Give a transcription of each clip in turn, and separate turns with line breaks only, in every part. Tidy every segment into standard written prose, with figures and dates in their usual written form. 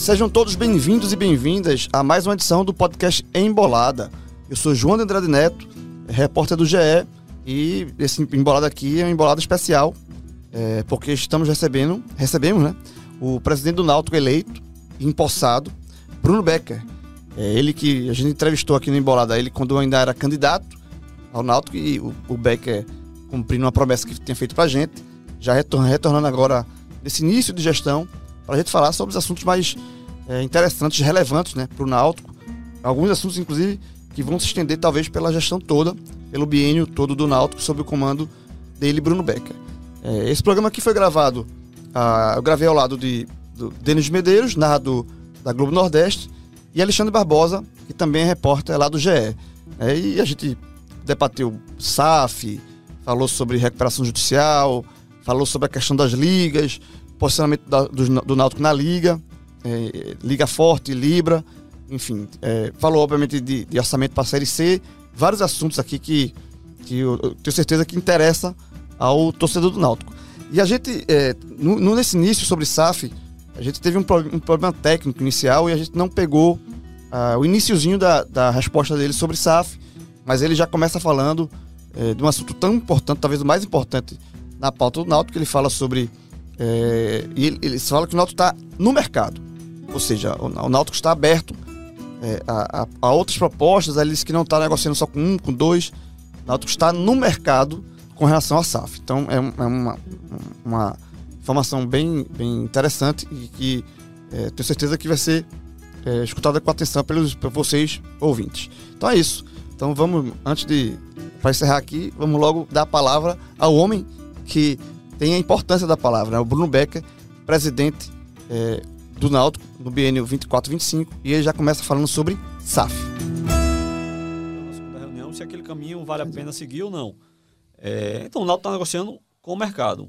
Sejam todos bem-vindos e bem-vindas a mais uma edição do podcast Embolada. Eu sou João de Andrade Neto, repórter do GE, e esse Embolada aqui é um Embolada especial, porque recebemos, né, o presidente do Náutico eleito e empossado, Bruno Becker. Ele que a gente entrevistou aqui no Embolada, ele quando ainda era candidato ao Náutico, e o Becker cumprindo uma promessa que tinha feito pra gente, já retornando agora nesse início de gestão, para a gente falar sobre os assuntos mais interessantes, relevantes, né, para o Náutico. Alguns assuntos, inclusive, que vão se estender talvez pela gestão toda, pelo biênio todo do Náutico, sob o comando dele, Bruno Becker. Esse programa aqui foi gravado, eu gravei ao lado do Denis Medeiros, narrador da Globo Nordeste, e Alexandre Barbosa, que também é repórter lá do GE. E a gente debateu SAF, falou sobre recuperação judicial, falou sobre a questão das ligas, posicionamento do Náutico na Liga, Liga Forte, Libra, enfim, falou obviamente de orçamento para a Série C, vários assuntos aqui que eu tenho certeza que interessa ao torcedor do Náutico. E a gente, nesse início sobre SAF, a gente teve um problema técnico inicial e a gente não pegou o iniciozinho da resposta dele sobre SAF, mas ele já começa falando de um assunto tão importante, talvez o mais importante na pauta do Náutico, que ele fala sobre... ele fala que o Náutico está no mercado, ou seja, o Náutico está aberto a outras propostas. Ele disse que não está negociando só com um, com dois. O Náutico está no mercado com relação à SAF. Então é uma informação bem para e que tenho certeza que vai ser escutada com atenção por vocês ouvintes. Então é isso. Então vamos, para encerrar aqui, vamos logo dar a palavra ao homem que tem a importância da palavra, né? O Bruno Becker, presidente do Náutico no biênio 24-25, e ele já começa falando sobre SAF.
Na segunda reunião, se aquele caminho vale a pena seguir ou não. Então o Náutico está negociando com o mercado.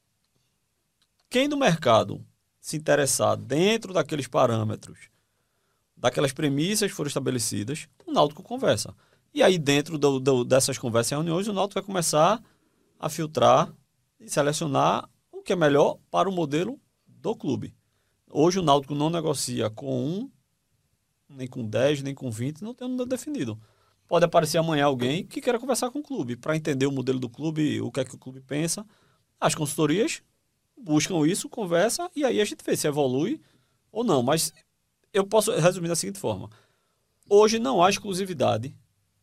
Quem do mercado se interessar dentro daqueles parâmetros, daquelas premissas que foram estabelecidas, o Náutico conversa. E aí dentro dessas conversas e reuniões, o Náutico vai começar a filtrar e selecionar o que é melhor para o modelo do clube. Hoje o Náutico não negocia com 1, nem com 10, nem com 20, não tem nada definido. Pode aparecer amanhã alguém que queira conversar com o clube, para entender o modelo do clube, o que é que o clube pensa. As consultorias buscam isso, conversam, e aí a gente vê se evolui ou não. Mas eu posso resumir da seguinte forma. Hoje não há exclusividade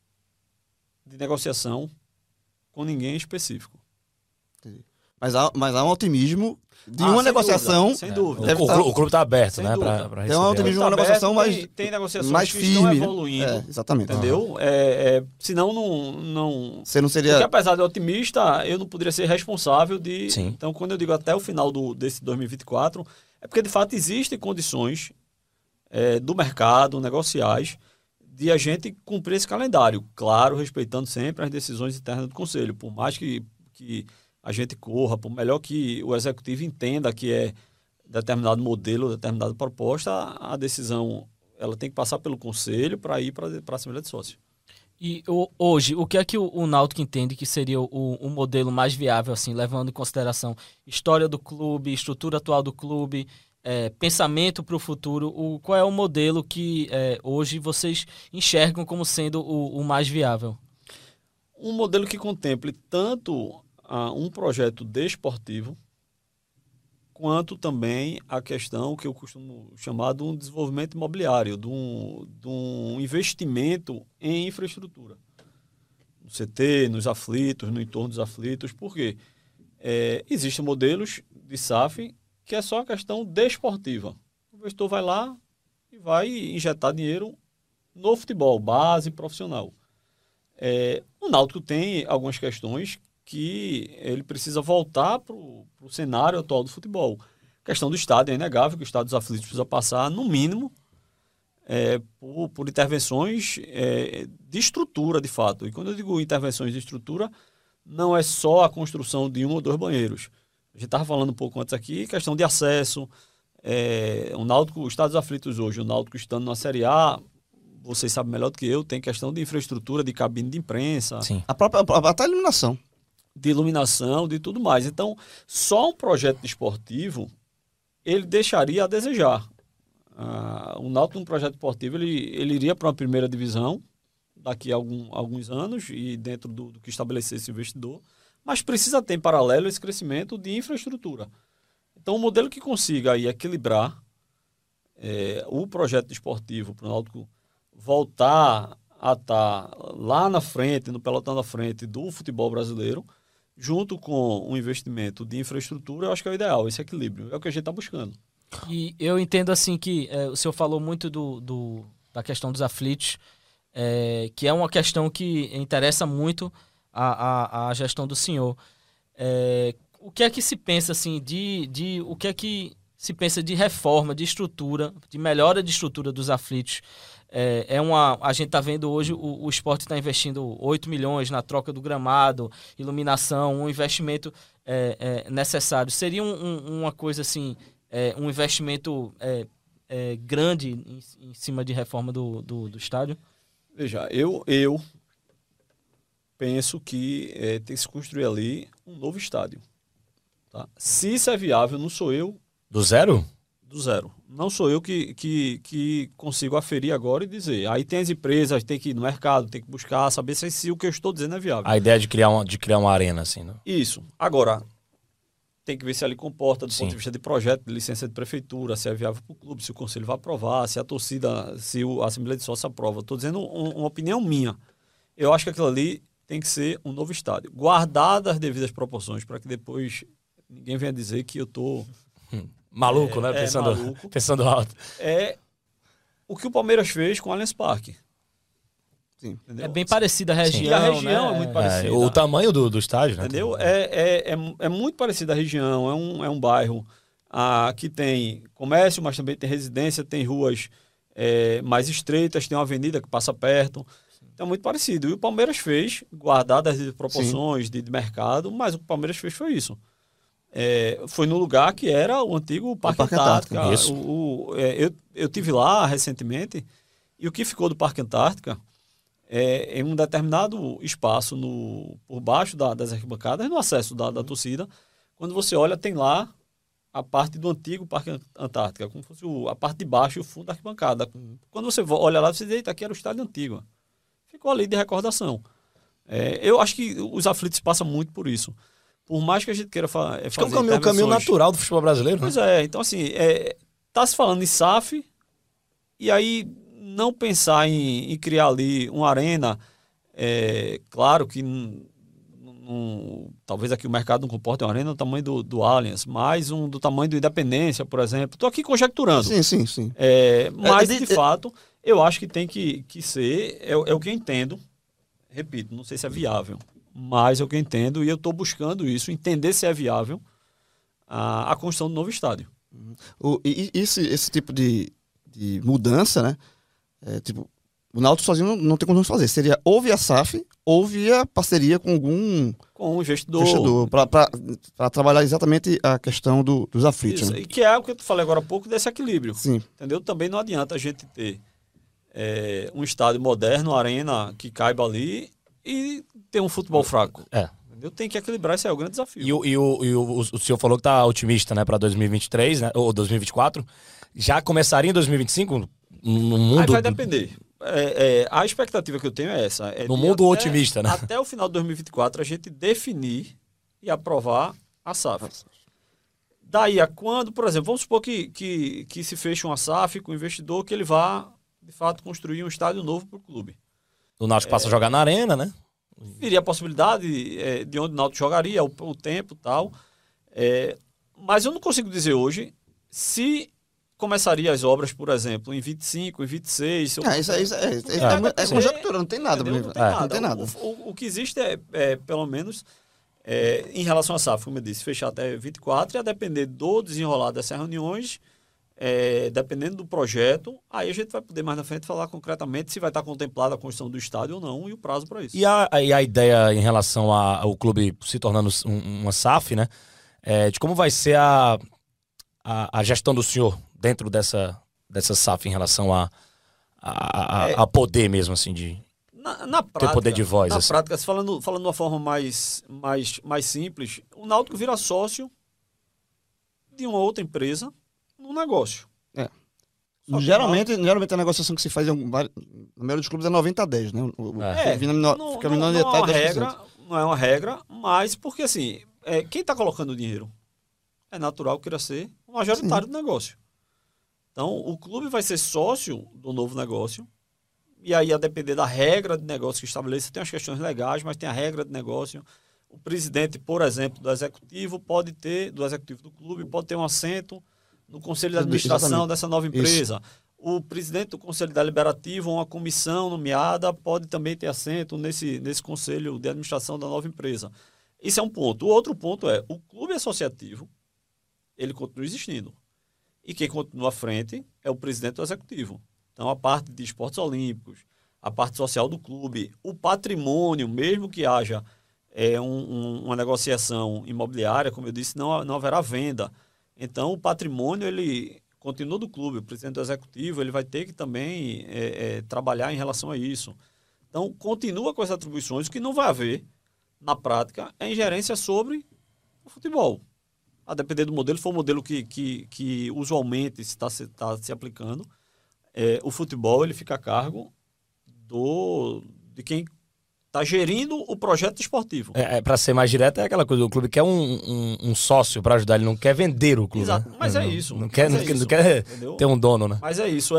de negociação com ninguém específico.
Mas há um otimismo de uma negociação.
Dúvida, sem dúvida.
O clube está aberto,
sem
né?
dúvida.
Para
tem um otimismo de uma negociação
tem negociações
mais
que
firme,
estão evoluindo.
Né? Exatamente.
Entendeu? Senão não...
Você não seria...
Porque apesar de otimista, eu não poderia ser responsável de...
Sim.
Então, quando eu digo até o final desse 2024, é porque, de fato, existem condições do mercado, negociais, de a gente cumprir esse calendário. Claro, respeitando sempre as decisões internas do Conselho. Por mais que a gente corra, por melhor que o executivo entenda que é determinado modelo, determinada proposta, a decisão ela tem que passar pelo Conselho para ir para a Assembleia de Sócios.
E hoje, o que é que o Náutico entende que seria o modelo mais viável, assim, levando em consideração história do clube, estrutura atual do clube, pensamento para o futuro? Qual é o modelo que hoje vocês enxergam como sendo o mais viável?
Um modelo que contemple tanto um projeto desportivo, quanto também a questão que eu costumo chamar de um desenvolvimento imobiliário, de um investimento em infraestrutura. No CT, nos aflitos, no entorno dos aflitos. Por quê? Existem modelos de SAF que é só a questão desportiva. O investor vai lá e vai injetar dinheiro no futebol, base profissional. O Náutico tem algumas questões que ele precisa voltar para o cenário atual do futebol. A questão do estádio é inegável, que o estádio dos aflitos precisa passar, no mínimo, por intervenções de estrutura, de fato. E quando eu digo intervenções de estrutura, não é só a construção de 1 ou 2 banheiros. A gente estava falando um pouco antes aqui, questão de acesso. O Náutico, o estádio dos aflitos hoje, o Náutico estando na Série A, vocês sabem melhor do que eu, tem questão de infraestrutura, de cabine de imprensa.
Sim.
Até a iluminação.
De iluminação, de tudo mais. Então, só um projeto desportivo, ele deixaria a desejar. O Náutico, num projeto esportivo, ele iria para uma primeira divisão daqui a alguns anos e dentro do que estabelecer esse investidor, mas precisa ter em paralelo esse crescimento de infraestrutura. Então, um modelo que consiga aí equilibrar o projeto esportivo para o Náutico voltar a estar lá na frente, no pelotão da frente do futebol brasileiro, junto com um investimento de infraestrutura, eu acho que é o ideal, esse equilíbrio. É o que a gente está buscando.
E eu entendo assim que o senhor falou muito da questão dos aflitos, que é uma questão que interessa muito a gestão do senhor. O que é que se pensa assim o que é que se pensa de reforma, de estrutura, de melhora de estrutura dos aflitos? A gente está vendo hoje o esporte está investindo 8 milhões na troca do gramado, iluminação, um investimento necessário. Seria uma coisa assim, um investimento grande em cima de reforma do estádio?
Veja, eu penso que tem que se construir ali um novo estádio. Tá? Se isso é viável, não sou eu...
Do zero?
Do zero. Não sou eu que consigo aferir agora e dizer. Aí tem as empresas, tem que ir no mercado, tem que buscar, saber se o que eu estou dizendo é viável.
A ideia de criar uma arena, assim, né?
Isso. Agora, tem que ver se ali comporta do
Sim.
ponto de vista de projeto, de licença de prefeitura, se é viável para o clube, se o conselho vai aprovar, se a torcida, se a Assembleia de Sócios aprova. Estou dizendo uma opinião minha. Eu acho que aquilo ali tem que ser um novo estádio. Guardadas as devidas proporções, para que depois ninguém venha dizer que eu estou...
Maluco, né? Pensando alto.
É o que o Palmeiras fez com o Allianz Parque.
Sim.
Entendeu?
É bem parecida a região,
E a região
né?
é muito parecida.
O tamanho do estádio, né?
Entendeu? É muito parecida a região. É um bairro que tem comércio, mas também tem residência, tem ruas mais estreitas, tem uma avenida que passa perto. Então é muito parecido. E o Palmeiras fez, guardadas as proporções de mercado, mas o que o Palmeiras fez foi isso. Foi no lugar que era o antigo Parque Antártica.
Isso.
Eu tive lá recentemente e o que ficou do Parque Antártica em um determinado espaço por baixo das arquibancadas, no acesso da torcida. Quando você olha, tem lá a parte do antigo Parque Antártica, como se fosse a parte de baixo e o fundo da arquibancada. Quando você olha lá, você diz, eita, aqui era o estádio antigo. Ficou ali de recordação. Eu acho que os aflitos passam muito por isso. Por mais que a gente queira fazer...
Acho que é um caminho natural do futebol brasileiro, né?
Pois então assim, tá se falando em SAF, e aí não pensar em criar ali uma arena, claro que talvez aqui o mercado não comporte uma arena do tamanho do Allianz, mas do tamanho do Independência, por exemplo. Estou aqui conjecturando.
Sim.
Mas, de fato, eu acho que tem que ser... É o que eu entendo. Repito, não sei se é viável, mas é o que eu entendo e eu estou buscando isso, entender se é viável a construção do novo estádio.
Esse tipo de mudança, né? O Náutico sozinho não tem como fazer. Seria ou via SAF ou via parceria com algum...
Com um investidor.
Para trabalhar exatamente a questão dos aflitos.
Isso,
né?
e que é o que eu falei agora há pouco desse equilíbrio.
Sim.
Entendeu? Também não adianta a gente ter um estádio moderno, uma arena que caiba ali e ter um futebol fraco. Entendeu? Tem que equilibrar, esse é o grande desafio.
E o senhor falou que tá otimista, né, para 2023, né, ou 2024. Já começaria em 2025 no mundo...
Aí vai depender. A expectativa que eu tenho é essa.
No mundo otimista, né?
Até o final de 2024 a gente definir e aprovar a SAF. Daí a quando, por exemplo, vamos supor que se feche uma SAF com o investidor que ele vá, de fato, construir um estádio novo para o clube.
O Náutico passa a jogar na arena, né?
Viria a possibilidade de onde o Náutico jogaria, o tempo e tal. Mas eu não consigo dizer hoje se começaria as obras, por exemplo, em 25, em 26...
Isso é conjectura, não tem nada.
Não tem nada. O que existe pelo menos, em relação à SAF, como eu disse, fechar até 24 e a depender do desenrolar dessas reuniões, dependendo do projeto, aí a gente vai poder mais na frente falar concretamente se vai estar contemplada a construção do estádio ou não e o prazo para isso.
E a ideia em relação ao clube se tornando uma SAF, né? De como vai ser a gestão do senhor dentro dessa SAF em relação a poder mesmo, assim, de
na prática,
ter poder de voz.
Na
assim.
prática, falando de uma forma mais simples, o Náutico vira sócio de uma outra empresa num negócio. Só que
Geralmente a negociação que se faz na maioria dos clubes é 90-10, né? Fica
não
menor
é uma
metade, 10%.
regra, não é uma regra, mas porque assim, quem está colocando o dinheiro é natural que queira ser o majoritário do negócio. Então, o clube vai ser sócio do novo negócio, e aí, a depender da regra de negócio que estabeleça, tem as questões legais, mas tem a regra de negócio. O presidente, por exemplo, do executivo do clube, pode ter um assento no conselho de administração dessa nova empresa. Isso. O presidente do conselho deliberativo, uma comissão nomeada, pode também ter assento nesse conselho de administração da nova empresa. Isso é um ponto. O outro ponto é, o clube associativo, ele continua existindo. E quem continua à frente é o presidente do executivo. Então, a parte de esportes olímpicos, a parte social do clube, o patrimônio, mesmo que haja uma negociação imobiliária, como eu disse, não haverá venda. Então, o patrimônio, ele continua do clube. O presidente do executivo, ele vai ter que também trabalhar em relação a isso. Então, continua com essas atribuições. O que não vai haver, na prática, é ingerência sobre o futebol. A depender do modelo, se for o modelo que usualmente está se aplicando, o futebol ele fica a cargo de quem está gerindo o projeto esportivo.
Para ser mais direto, é aquela coisa, o clube quer um sócio para ajudar, ele não quer vender o clube.
Exato,
né?
mas é isso.
Não quer ter um dono, né?
Mas é isso,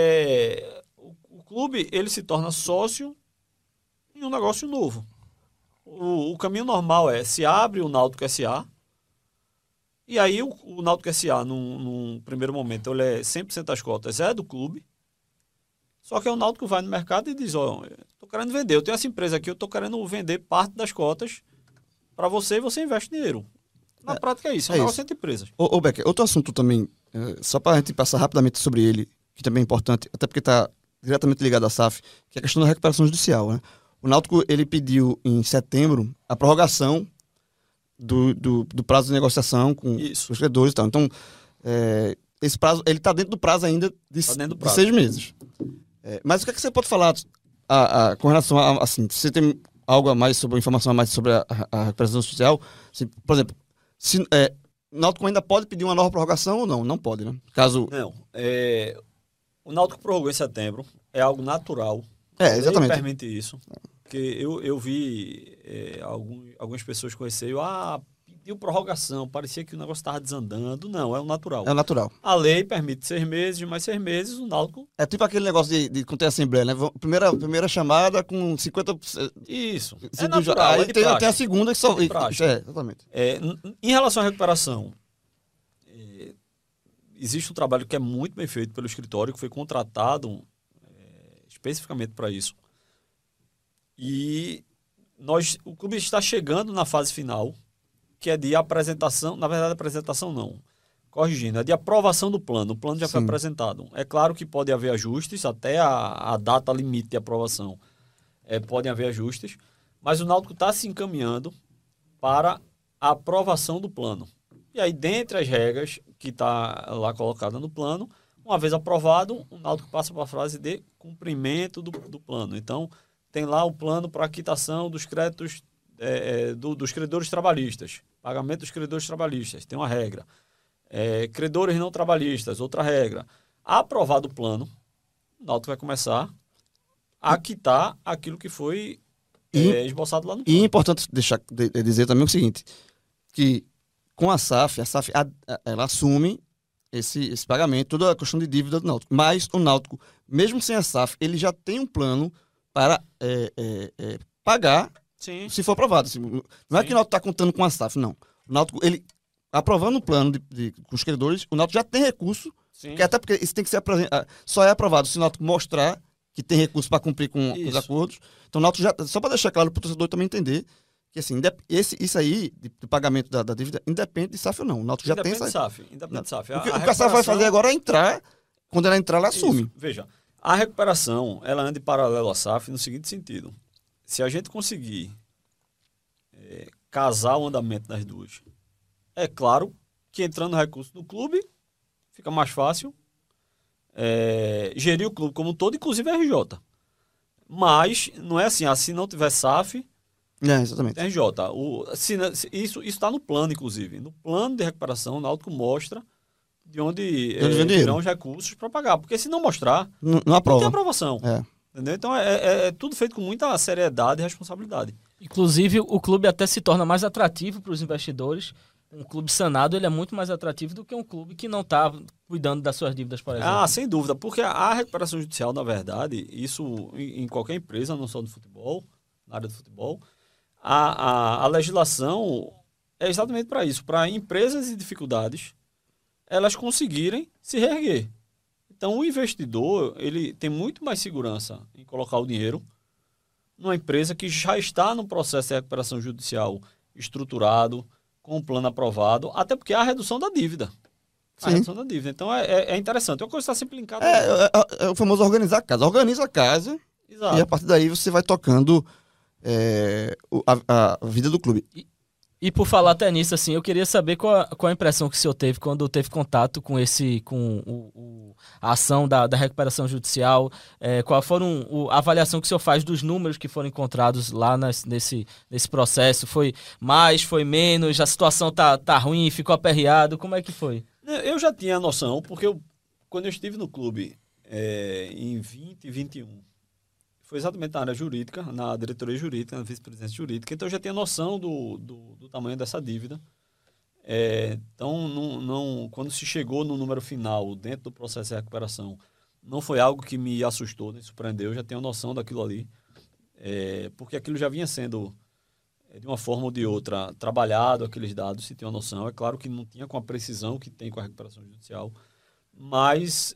o clube ele se torna sócio em um negócio novo. O caminho normal se abre o Náutico S.A., e aí o Náutico S.A., num primeiro momento, ele é 100% das cotas do clube, só que o Náutico vai no mercado e diz, estou querendo vender, eu tenho essa empresa aqui, eu estou querendo vender parte das cotas para você e você investe dinheiro. Na prática é isso, é um negócio entre empresas.
Ô Becker, outro assunto também, só para a gente passar rapidamente sobre ele, que também é importante, até porque está diretamente ligado à SAF, que é a questão da recuperação judicial, né? O Náutico, ele pediu em setembro a prorrogação do prazo de negociação com os credores e tal. Então, esse prazo, ele está dentro do prazo ainda de 6 meses. Mas o que é que você pode falar com relação a, assim, se você tem algo a mais sobre, informação a mais sobre a recuperação judicial? Assim, por exemplo, o Náutico ainda pode pedir uma nova prorrogação ou não? Não pode, né? Caso...
Não. O Náutico prorrogou em setembro, é algo natural.
Exatamente.
Ele permite isso. Porque eu vi algumas pessoas com receio, pediu prorrogação, parecia que o negócio estava desandando. Não, é o natural.
É o natural.
A lei permite 6 meses, mais 6 meses, o Náutico...
É tipo aquele negócio de quando tem assembleia, né? Primeira chamada com 50%...
Isso, é natural,
aí tem a segunda que só... exatamente.
Em relação à recuperação, existe um trabalho que é muito bem feito pelo escritório, que foi contratado especificamente para isso. E o clube está chegando na fase final, que é de apresentação, na verdade apresentação não, corrigindo, é de aprovação do plano. O plano já foi apresentado. É claro que pode haver ajustes, até a data limite de aprovação podem haver ajustes, mas o Náutico está se encaminhando para a aprovação do plano. E aí, dentre as regras que está lá colocada no plano, uma vez aprovado, o Náutico passa para a fase de cumprimento do plano. Então, tem lá o plano para a quitação dos créditos dos credores trabalhistas, pagamento dos credores trabalhistas, tem uma regra. Credores não trabalhistas, outra regra. Aprovado o plano, o Náutico vai começar a quitar aquilo que foi esboçado lá no plano.
E é importante dizer também o seguinte, que com a SAF ela assume esse pagamento, toda a questão de dívida do Náutico. Mas o Náutico, mesmo sem a SAF, ele já tem um plano para pagar,
Sim.
se for aprovado. Assim, não é que o Náutico está contando com a SAF, não. O Náutico, ele, aprovando o plano com os credores, o Náutico já tem recurso, que até porque isso tem que ser só é aprovado se o Náutico mostrar que tem recurso para cumprir com os acordos. Então, o Náutico já, só para deixar claro para o torcedor também entender, que assim, isso aí, de pagamento da dívida, independe de SAF ou não. O Náutico já tem SAF.
Independente de SAF.
O que a SAF vai fazer agora é entrar, quando ela entrar, ela assume.
Isso. Veja, a recuperação, ela anda em paralelo à SAF no seguinte sentido. Se a gente conseguir casar o andamento das duas, é claro que entrando recurso do clube, fica mais fácil gerir o clube como um todo, inclusive a RJ. Mas não é assim, se não tiver SAF,
exatamente.
RJ. Isso está no plano, inclusive. No plano de recuperação, o Náutico mostra de onde
vem dinheiro.
virão os recursos para pagar. Porque se não mostrar,
Não
não
aprova.
tem aprovação.
É.
Entendeu? Então é tudo feito com muita seriedade e responsabilidade.
Inclusive, o clube até se torna mais atrativo para os investidores. Um clube sanado, ele é muito mais atrativo do que um clube que não está cuidando das suas dívidas, por exemplo.
Ah, sem dúvida, porque a recuperação judicial, na verdade, isso em qualquer empresa, não só do futebol, na área do futebol, a legislação é exatamente para isso, para empresas em dificuldades, elas conseguirem se reerguer. Então, o investidor, ele tem muito mais segurança em colocar o dinheiro numa empresa que já está no processo de recuperação judicial estruturado, com um plano aprovado, até porque há a redução da dívida. A
Sim.
redução da dívida. Então, é interessante. É uma coisa que está sempre linkada.
É o famoso organizar a casa. Organiza a casa
Exato.
e a partir daí você vai tocando a vida do clube.
E por falar até nisso, assim, eu queria saber qual a impressão que o senhor teve quando teve contato com a ação da recuperação judicial, qual foram a avaliação que o senhor faz dos números que foram encontrados lá nesse processo? Foi mais, foi menos, a situação tá ruim, ficou aperreado, como é que foi?
Eu já tinha noção, porque quando eu estive no clube em 2021, foi exatamente na área jurídica, na diretoria jurídica, na vice-presidência jurídica, então eu já tinha noção do tamanho dessa dívida. Então, quando se chegou no número final, dentro do processo de recuperação, não foi algo que me assustou, nem surpreendeu, eu já tenho noção daquilo ali, porque aquilo já vinha sendo, de uma forma ou de outra, trabalhado, aqueles dados, se tinha uma noção. É claro que não tinha com a precisão que tem com a recuperação judicial, mas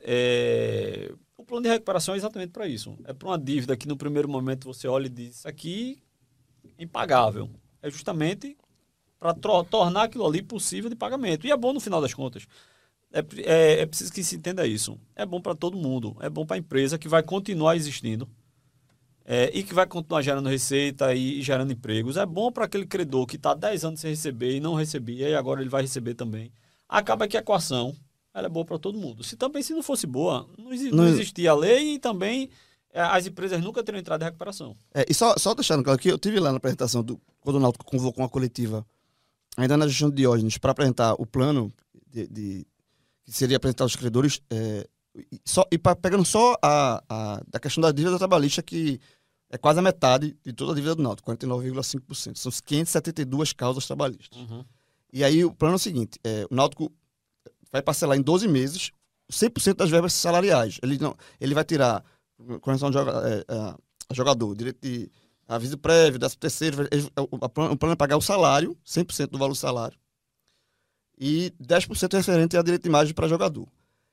o plano de recuperação é exatamente para isso. É para uma dívida que no primeiro momento você olha e diz, isso aqui é impagável. É justamente para tornar aquilo ali possível de pagamento. E é bom no final das contas. É preciso que se entenda isso. É bom para todo mundo. É bom para a empresa que vai continuar existindo e que vai continuar gerando receita e gerando empregos. É bom para aquele credor que está 10 anos sem receber e não recebia e agora ele vai receber também. Acaba que a equação ela é boa para todo mundo. Se não fosse boa, não existia a lei e também as empresas nunca teriam entrado em recuperação.
E só deixando claro que eu tive lá na apresentação, quando o Náutico convocou uma coletiva, ainda na gestão de Diógenes, para apresentar o plano que seria apresentar aos credores, pegando só da questão da dívida trabalhista, que é quase a metade de toda a dívida do Náutico, 49,5%. São 572 causas trabalhistas.
Uhum.
E aí o plano é o seguinte, o Náutico vai parcelar em 12 meses 100% das verbas salariais. Ele vai tirar, com relação a jogador, direito de aviso prévio, 13º, o plano é pagar o salário, 100% do valor do salário, e 10% referente a direito de imagem para jogador.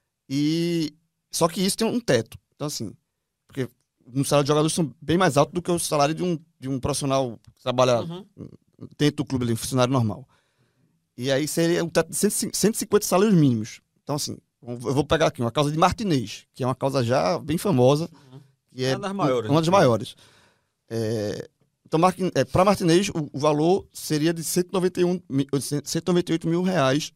Só que isso tem um teto. Então, assim, porque no salário de jogadores são bem mais altos do que o salário de um profissional que trabalha dentro do clube, um funcionário normal. E aí seria um teto de 150 salários mínimos. Então, assim, eu vou pegar aqui uma causa de Martinez, que é uma causa já bem famosa. Que é
uma das maiores.
Uma das maiores. Então, para Martinez, o valor seria de 198 mil reais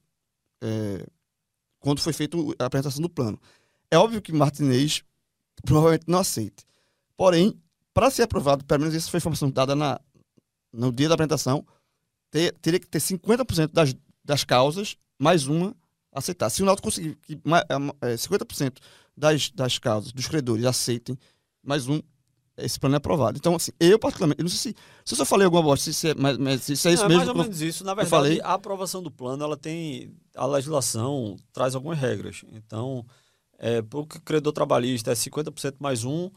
quando foi feita a apresentação do plano. É óbvio que Martinez provavelmente não aceite. Porém, para ser aprovado, pelo menos essa foi a informação dada no dia da apresentação, teria que ter 50% das causas, mais uma, aceitar. Se o Náutico conseguir que 50% das causas, dos credores, aceitem, mais um, esse plano é aprovado. Então, assim, eu particularmente, eu não sei se eu só falei alguma bosta, se é isso mesmo.
É mais ou menos isso. Na verdade,
falei.
A aprovação do plano, a legislação traz algumas regras. Então, porque o credor trabalhista é 50% mais um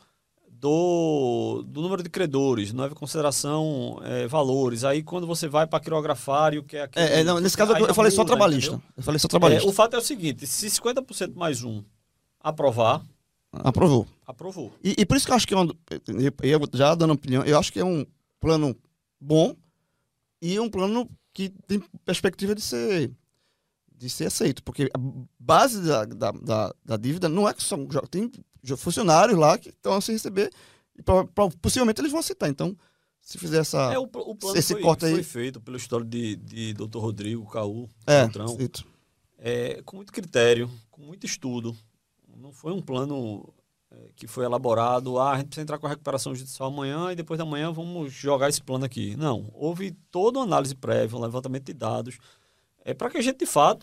do número de credores, não leva em consideração valores. Aí, quando você vai para quirografário, que é aquele...
nesse caso, eu falei só trabalhista.
Entendeu?
Eu falei só trabalhista.
O fato é o seguinte, se 50% mais um aprovar...
Aprovou.
Aprovou.
E por isso que eu acho que eu já dando opinião, eu acho que é um plano bom e um plano que tem perspectiva de ser aceito, porque a base da dívida não é que são... Tem funcionários lá que estão sem receber e possivelmente eles vão aceitar. Então, se fizer
o plano
esse corte aí...
foi feito pelo histórico de Dr. Rodrigo, Caú, Patrão, com muito critério, com muito estudo. Não foi um plano que foi elaborado, a gente precisa entrar com a recuperação judicial amanhã e depois da manhã vamos jogar esse plano aqui. Não, houve toda uma análise prévia, um levantamento de dados, para que a gente, de fato,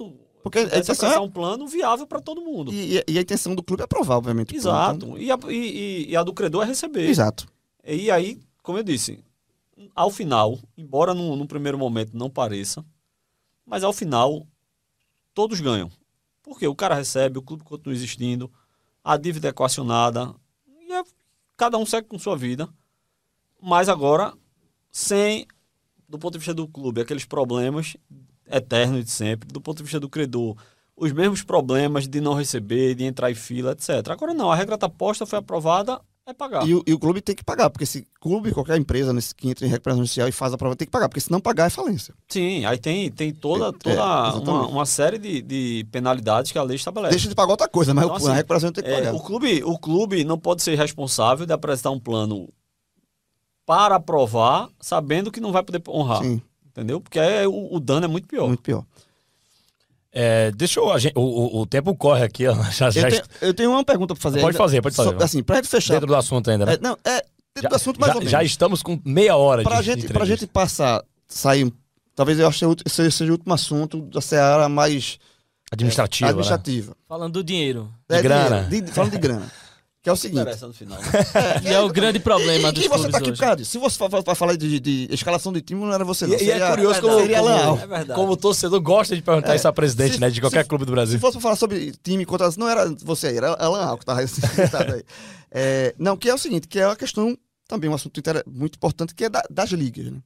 Porque a
Pudesse
intenção
apresentar um plano viável para todo mundo.
e a intenção do clube é aprovar, obviamente. o plano.
Exato. E a do credor é receber.
Exato.
E aí, como eu disse, ao final, embora num primeiro momento não pareça, mas ao final todos ganham. Porque o cara recebe, o clube continua existindo, a dívida é equacionada, e cada um segue com sua vida. Mas agora, sem, do ponto de vista do clube, aqueles problemas eternos de sempre, do ponto de vista do credor, os mesmos problemas de não receber, de entrar em fila, etc. Agora não, a regra está posta, foi aprovada, é pagar.
E o clube tem que pagar, porque se clube, qualquer empresa que entra em recuperação judicial e faz a prova, tem que pagar, porque se não pagar é falência.
Sim, aí tem toda
exatamente.
uma série de penalidades que a lei estabelece.
Deixa de pagar outra coisa, mas
Então,
a
assim,
recuperação tem que pagar.
O clube não pode ser responsável de apresentar um plano para aprovar, sabendo que não vai poder honrar.
Sim,
Entendeu? Porque o dano é muito pior.
muito pior.
Deixa eu... O tempo corre aqui, ó.
Eu tenho uma pergunta para fazer.
Pode fazer.
Assim, pra gente fechar.
Dentro do assunto ainda, né?
Dentro do assunto mais ou menos.
Já estamos com meia hora
Pra
de
gente
entrevista.
sair, talvez eu acho que esse seja o último assunto da seara mais
Administrativa. Né?
administrativa.
Falando do dinheiro.
De grana.
Falando de grana. Que é o seguinte.
Interessa no final.
E é o grande problema dos
E você
clubes
tá aqui
hoje.
por causa disso. Se você vai falar de escalação de time, não era você, não.
E é curioso como,
seria Alan Al.
É verdade.
como o torcedor gosta de perguntar isso a presidente,
Se-
né? De qualquer
se-
clube do
Se
Brasil.
fosse pra falar sobre time contra... Não era você aí, era Alan Al que estava citado aí. Não, que é o seguinte, que é uma questão, também um assunto muito importante, que é das ligas, né?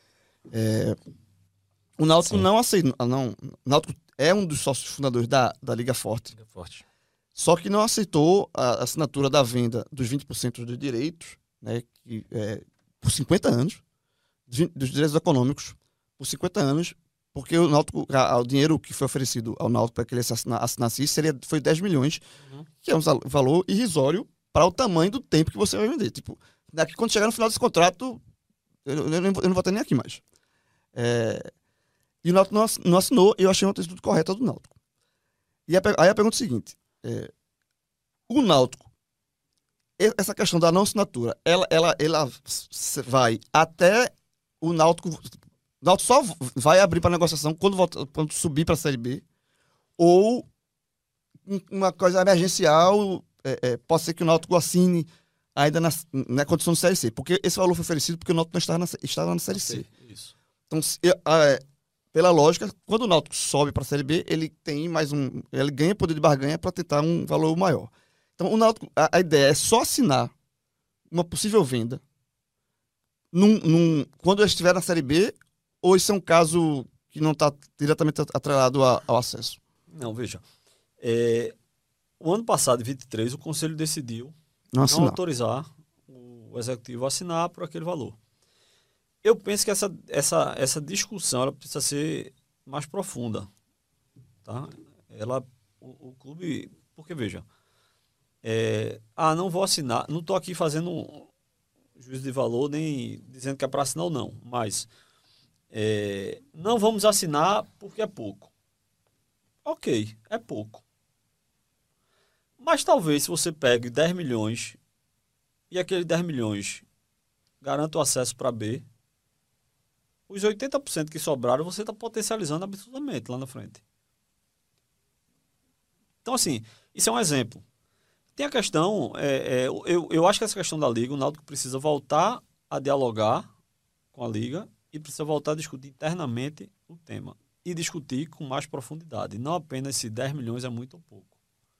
O Náutico
Sim.
não aceita... O Náutico é um dos sócios fundadores da Liga Forte,
Forte.
só que não aceitou a assinatura da venda dos 20% de direitos, né, por 50 anos, dos direitos econômicos, por 50 anos, porque o Náutico, o dinheiro que foi oferecido ao Náutico para que ele assinasse isso foi 10 milhões, que é um valor irrisório para o tamanho do tempo que você vai vender. Tipo, daqui, quando chegar no final desse contrato, eu não vou ter nem aqui mais. E o Náutico não assinou, e eu achei uma atitude correta do Náutico. E aí a pergunta é a seguinte: o Náutico, essa questão da não assinatura, ela vai até o Náutico. O Náutico só vai abrir para negociação quando subir para a Série B, ou uma coisa emergencial, pode ser que o Náutico assine ainda na condição de Série C, porque esse valor foi oferecido porque o Náutico não estava na Série C.
Isso.
Então, pela lógica, quando o Náutico sobe para a Série B, ele tem ele ganha poder de barganha para tentar um valor maior. Então, o Náutico, a ideia é só assinar uma possível venda quando ele estiver na Série B, ou isso é um caso que não está diretamente atrelado ao acesso?
Não, veja. O ano passado, em 23, o Conselho decidiu
Não
não
assinar.
autorizar o Executivo a assinar por aquele valor. Eu penso que essa discussão ela precisa ser mais profunda. Tá? O clube... Porque, veja, não vou assinar, não estou aqui fazendo juízo de valor, nem dizendo que é para assinar ou não, mas não vamos assinar porque é pouco. Ok, é pouco. Mas talvez se você pegue 10 milhões e aqueles 10 milhões garanta o acesso para B, os 80% que sobraram você está potencializando absurdamente lá na frente. Então, assim, isso é um exemplo. Tem a questão, eu acho que essa questão da Liga, o Náutico precisa voltar a dialogar com a Liga e precisa voltar a discutir internamente o tema. E discutir com mais profundidade. Não apenas se 10 milhões é muito ou pouco.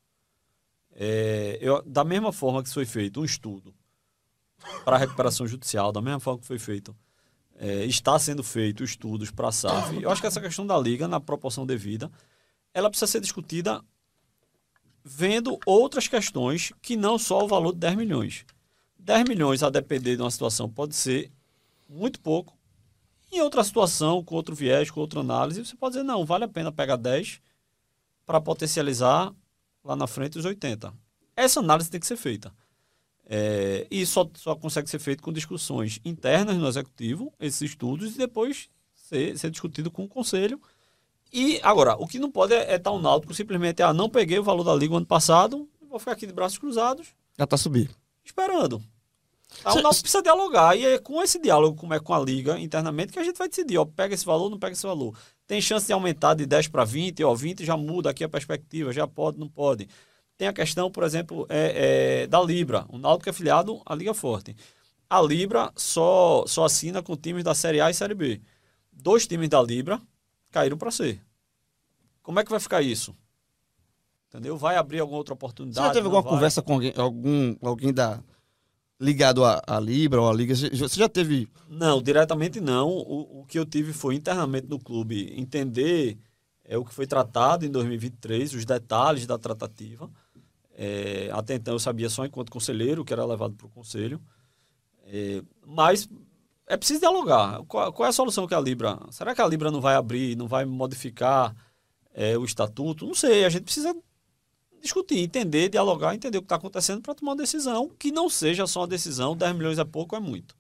Da mesma forma que foi feito um estudo para a recuperação judicial, da mesma forma que foi feito, está sendo feito estudos para a SAF, eu acho que essa questão da Liga, na proporção devida, ela precisa ser discutida vendo outras questões que não só o valor de 10 milhões. 10 milhões, a depender de uma situação, pode ser muito pouco. Em outra situação, com outro viés, com outra análise, você pode dizer, não, vale a pena pegar 10 para potencializar lá na frente os 80. Essa análise tem que ser feita. E só consegue ser feito com discussões internas no Executivo, esses estudos, e depois ser discutido com o Conselho. E, agora, o que não pode é estar um Náutico simplesmente, não peguei o valor da Liga o ano passado, vou ficar aqui de braços cruzados,
Já está subir.
esperando. O Náutico precisa dialogar, e é com esse diálogo, como é com a Liga internamente, que a gente vai decidir, pega esse valor ou não pega esse valor. Tem chance de aumentar de 10 para 20, 20 já muda aqui a perspectiva, já pode, não pode. Tem a questão, por exemplo, da Libra. O Náutico é afiliado à Liga Forte. A Libra só assina com times da Série A e Série B. 2 times da Libra caíram para C. Como é que vai ficar isso? Entendeu? Vai abrir alguma outra oportunidade?
Você já teve alguma conversa com alguém ligado à Libra ou à Liga? Você já teve...
Não, diretamente não. O que eu tive foi internamente no clube entender o que foi tratado em 2023, os detalhes da tratativa. Até então eu sabia só enquanto conselheiro, que era levado para o conselho. Mas é preciso dialogar. Qual é a solução que a Libra... Será que a Libra não vai abrir, não vai modificar o estatuto? Não sei, a gente precisa discutir, entender, dialogar, entender o que está acontecendo para tomar uma decisão que não seja só uma decisão, 10 milhões é pouco, é muito.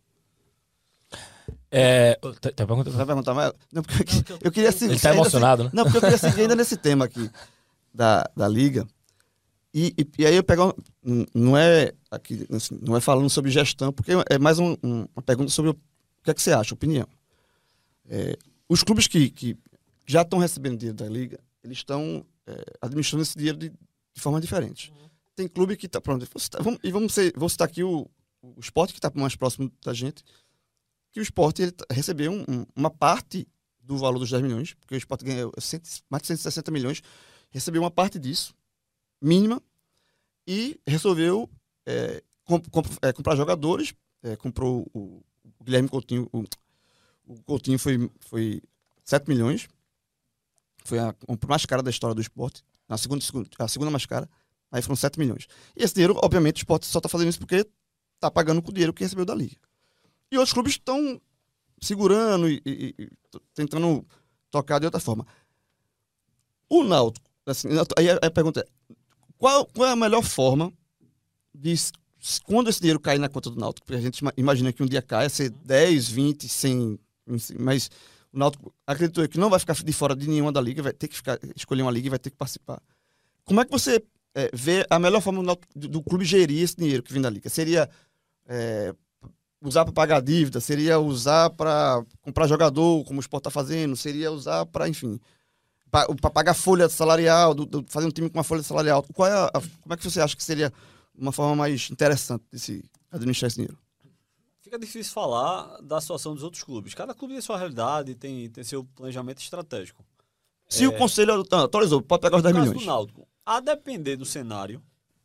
Tá perguntando?
Vai perguntar mais? Não, porque eu queria seguir.
Ele está emocionado, né?
Não, porque eu queria seguir ainda nesse tema aqui da Liga. E aí eu pego... Não é aqui, assim, não é falando sobre gestão, porque é mais uma pergunta sobre o que é que você acha, opinião. Os clubes que já estão recebendo dinheiro da Liga, eles estão administrando esse dinheiro de forma diferente. Tem clube que está... Pronto, vou citar aqui o Sport, que está mais próximo da gente, que o Sport recebeu uma parte do valor dos 10 milhões, porque o Sport ganhou mais de 160 milhões, recebeu uma parte disso, mínima, e resolveu comprar jogadores, comprou o Guilherme Coutinho, o Coutinho foi 7 milhões, foi a compra mais cara da história do Sport, a segunda mais cara, aí foram 7 milhões. E esse dinheiro, obviamente, o Sport só está fazendo isso porque está pagando com o dinheiro que recebeu da Liga. E outros clubes estão segurando e tentando tocar de outra forma. O Náutico, assim, aí a pergunta é, qual é a melhor forma de, quando esse dinheiro cair na conta do Náutico? Porque a gente imagina que um dia caia, ser 10, 20, 100, mas o Náutico, acredito eu, que não vai ficar de fora de nenhuma da Liga, vai ter que escolher uma Liga e vai ter que participar. Como é que você vê a melhor forma do clube gerir esse dinheiro que vem da Liga? Seria usar para pagar dívida? Seria usar para comprar jogador, como o Sport está fazendo? Seria usar para, enfim, para pagar folha salarial, fazer um time com uma folha salarial? Como é que você acha que seria uma forma mais interessante de se administrar esse dinheiro?
Fica difícil falar da situação dos outros clubes. Cada clube tem sua realidade, tem seu planejamento estratégico.
Se o conselho autorizou, pode pegar os 10 milhões.
No caso do Náutico, a depender do cenário,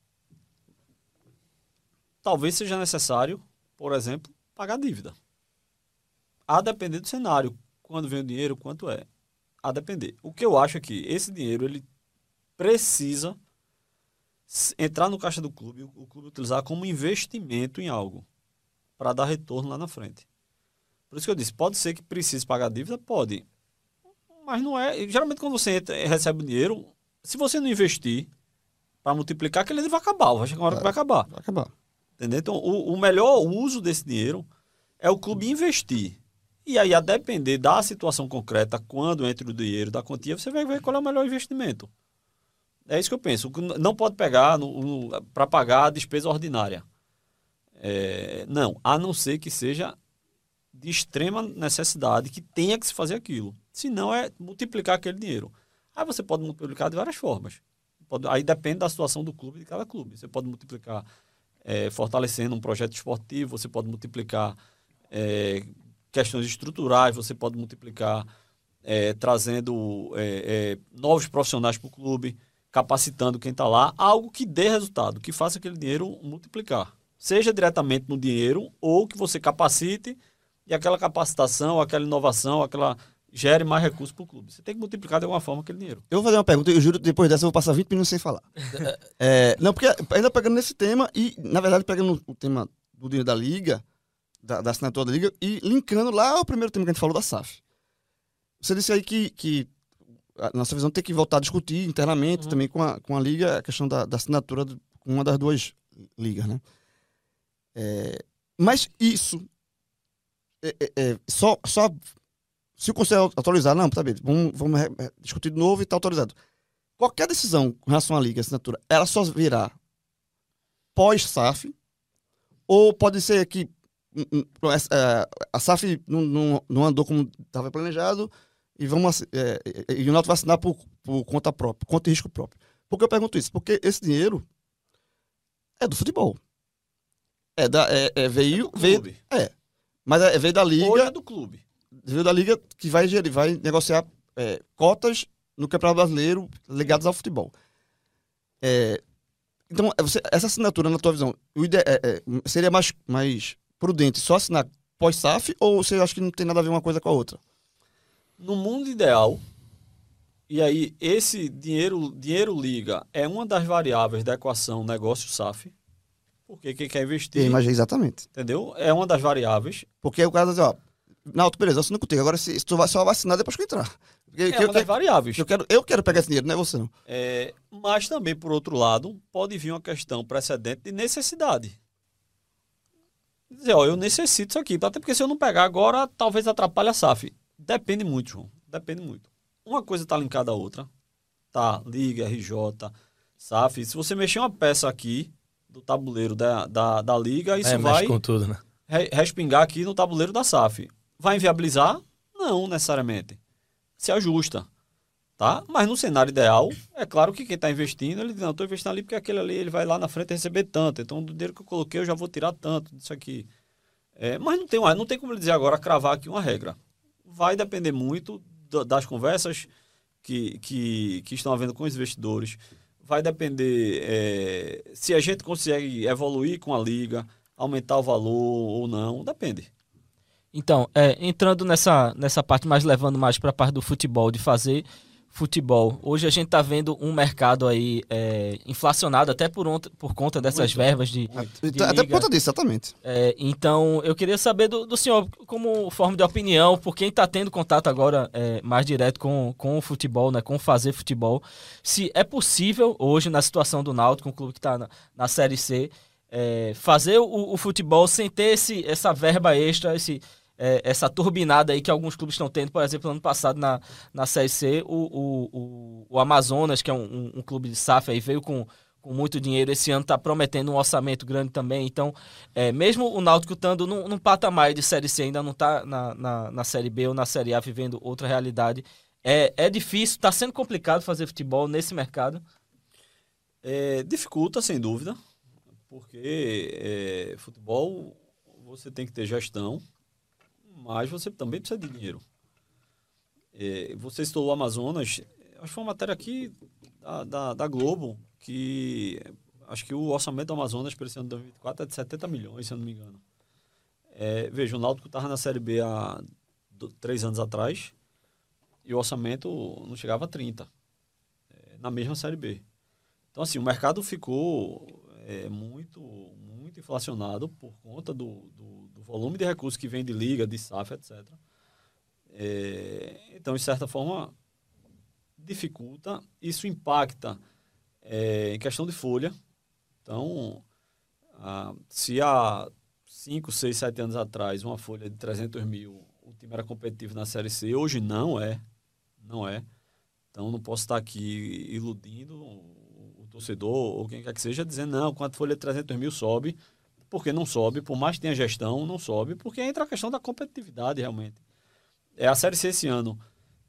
talvez seja necessário, por exemplo, pagar dívida. A depender do cenário, quando vem o dinheiro, quanto é. A depender. O que eu acho é que esse dinheiro ele precisa entrar no caixa do clube, o clube utilizar como investimento em algo para dar retorno lá na frente. Por isso que eu disse, pode ser que precise pagar dívida? Pode. Mas não é... Geralmente quando você recebe o dinheiro, se você não investir para multiplicar, aquele dinheiro vai acabar. Vai chegar uma hora que vai acabar.
Vai acabar.
Entendeu? Então, o melhor uso desse dinheiro é o clube investir. E aí, a depender da situação concreta, quando entra o dinheiro da quantia, você vai ver qual é o melhor investimento. É isso que eu penso. Não pode pegar para pagar a despesa ordinária. Não, a não ser que seja de extrema necessidade, que tenha que se fazer aquilo. Se não, é multiplicar aquele dinheiro. Aí você pode multiplicar de várias formas. Aí depende da situação do clube, de cada clube. Você pode multiplicar fortalecendo um projeto esportivo, você pode multiplicar questões estruturais, você pode multiplicar trazendo novos profissionais para o clube, capacitando quem está lá, algo que dê resultado, que faça aquele dinheiro multiplicar. Seja diretamente no dinheiro ou que você capacite e aquela capacitação, aquela inovação, gere mais recursos para o clube. Você tem que multiplicar de alguma forma aquele dinheiro.
Eu vou fazer uma pergunta, eu juro que depois dessa eu vou passar 20 minutos sem falar. Não, porque ainda pegando nesse tema e, na verdade, pegando o tema do dinheiro da Liga, da assinatura da Liga, e linkando lá ao primeiro tema que a gente falou da SAF. Você disse aí que a nossa visão tem que voltar a discutir internamente também com a Liga a questão da assinatura com uma das duas ligas, né? Mas isso só se o Conselho autorizar, não, tá bem, vamos discutir de novo e tá autorizado. Qualquer decisão com relação à Liga, assinatura, ela só virá pós-SAF, ou pode ser que a SAF não andou como estava planejado e o Náutico vai assinar por conta própria, conta e risco próprio. Por que eu pergunto isso? Porque esse dinheiro é do futebol. Veio, mas veio da liga.
Hoje é do clube.
Veio da liga que vai negociar cotas no Campeonato Brasileiro ligadas ao futebol. Então, essa assinatura, na tua visão, seria mais prudente só assinar pós-SAF ou você acha que não tem nada a ver uma coisa com a outra?
No mundo ideal, e aí esse dinheiro liga é uma das variáveis da equação negócio-SAF, porque quem quer investir...
Mas exatamente.
Entendeu? É uma das variáveis.
Porque o cara diz, Náutico, beleza, eu assino contigo, agora se tu só vai assinar depois que eu entrar.
Uma das variáveis.
Eu quero pegar esse dinheiro, não é você não.
Mas também, por outro lado, pode vir uma questão precedente de necessidade. Dizer, eu necessito isso aqui, até porque se eu não pegar agora, talvez atrapalhe a SAF. Depende muito, João. Depende muito. Uma coisa está linkada à outra. Tá, Liga, RJ, SAF. Se você mexer uma peça aqui do tabuleiro da Liga, isso vai
com tudo, né?
Respingar aqui no tabuleiro da SAF. Vai inviabilizar? Não, necessariamente. Se ajusta. Tá? Mas no cenário ideal, é claro que quem está investindo, ele diz, não, estou investindo ali porque aquele ali ele vai lá na frente receber tanto. Então, do dinheiro que eu coloquei, eu já vou tirar tanto disso aqui. Mas não tem como ele dizer agora, cravar aqui uma regra. Vai depender muito das conversas que estão havendo com os investidores. Vai depender se a gente consegue evoluir com a liga, aumentar o valor ou não. Depende.
Então, entrando nessa parte, mais levando mais para a parte do futebol, de fazer futebol. Hoje a gente está vendo um mercado aí inflacionado até por conta dessas verbas de
até por conta disso, exatamente.
Então, eu queria saber do senhor, como forma de opinião, por quem está tendo contato agora mais direto com o futebol, né, com fazer futebol, se é possível hoje, na situação do Náutico, um clube que está na Série C, fazer o futebol sem ter essa verba extra, essa turbinada aí que alguns clubes estão tendo. Por exemplo, ano passado na Série C, o Amazonas, que é um clube de SAF, aí veio com muito dinheiro. Esse ano está prometendo um orçamento grande também. Então, mesmo o Náutico estando num patamar de Série C, ainda não está na Série B ou na Série A vivendo outra realidade. É difícil, está sendo complicado fazer futebol nesse mercado?
Dificulta, sem dúvida, porque futebol você tem que ter gestão, mas você também precisa de dinheiro. Você citou o Amazonas, acho que foi uma matéria aqui da Globo, que acho que o orçamento do Amazonas para esse ano de 2024 é de 70 milhões, se eu não me engano. Veja, o Náutico estava na Série B há 3 anos atrás e o orçamento não chegava a 30, na mesma Série B. Então, assim, o mercado ficou muito, muito inflacionado por conta do volume de recursos que vem de liga, de SAF, etc. Então, de certa forma, dificulta. Isso impacta em questão de folha. Então, se há 5, 6, 7 anos atrás, uma folha de 300 mil, o time era competitivo na Série C, hoje não é. Não é. Então, não posso estar aqui iludindo o torcedor ou quem quer que seja, dizendo, não, quando folha de 300 mil sobe, porque não sobe, por mais que tenha gestão, não sobe, porque entra a questão da competitividade, realmente. A Série C esse ano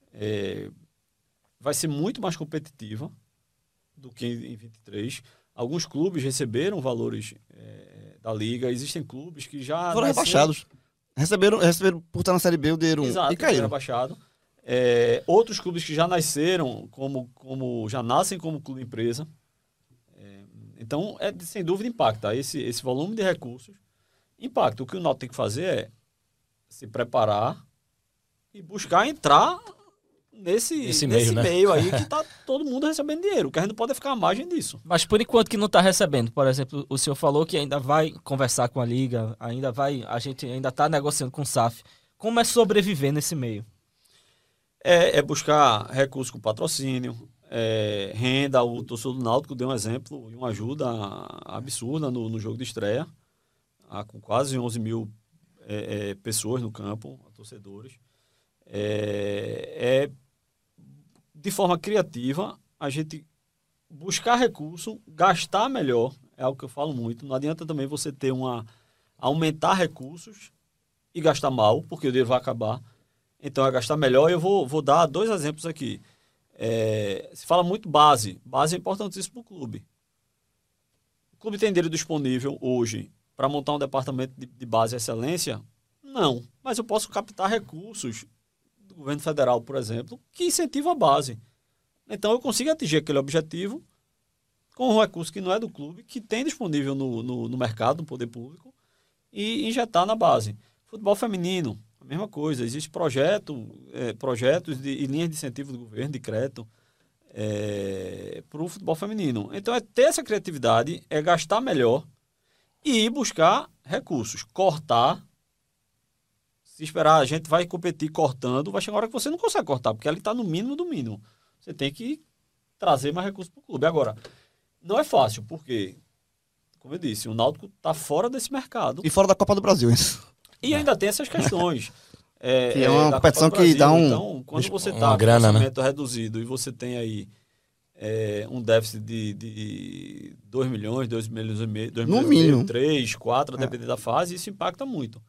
vai ser muito mais competitiva do que em 23. Alguns clubes receberam valores da Liga, existem clubes que já...
Foram rebaixados. Receberam por estar na Série B o dinheiro e caíram.
Rebaixado. Outros clubes que já nasceram, como já nascem como clube empresa. Então, sem dúvida, impacta. Esse volume de recursos impacta. O que o Náutico tem que fazer é se preparar e buscar entrar nesse meio aí que está todo mundo recebendo dinheiro. Que a gente não pode ficar à margem disso.
Mas por enquanto que não está recebendo, por exemplo, o senhor falou que ainda vai conversar com a Liga, a gente ainda está negociando com o SAF. Como é sobreviver nesse meio?
Buscar recursos com patrocínio, renda. O torcedor do Náutico deu um exemplo e uma ajuda absurda no jogo de estreia, com quase 11 mil pessoas no campo, torcedores. De forma criativa, a gente buscar recurso, gastar melhor, é algo que eu falo muito. Não adianta também você ter aumentar recursos e gastar mal, porque o dinheiro vai acabar. Então é gastar melhor. Eu vou dar 2 exemplos aqui. Se fala muito base. Base é importantíssimo para o clube. O clube tem dinheiro disponível hoje para montar um departamento de base e excelência? Não. Mas eu posso captar recursos do governo federal, por exemplo, que incentivam a base. Então eu consigo atingir aquele objetivo com um recurso que não é do clube, que tem disponível no mercado, no poder público, e injetar na base. Futebol feminino, a mesma coisa. Existem projetos e linhas de incentivo do governo, de crédito, para o futebol feminino. Então é ter essa criatividade, é gastar melhor e ir buscar recursos. Cortar. Se esperar, a gente vai competir cortando, vai chegar uma hora que você não consegue cortar, porque ali está no mínimo do mínimo. Você tem que trazer mais recursos para o clube. Agora, não é fácil, porque, como eu disse, o Náutico está fora desse mercado.
E fora da Copa do Brasil, isso.
E ainda tem essas questões.
Que é uma competição que dá um...
Então, quando você está com
grana,
orçamento reduzido e você tem aí um déficit de 2 milhões, 2 milhões e meio, 2
no
milhões
mínimo.
e meio, 3, 4, a depender da fase, isso impacta muito.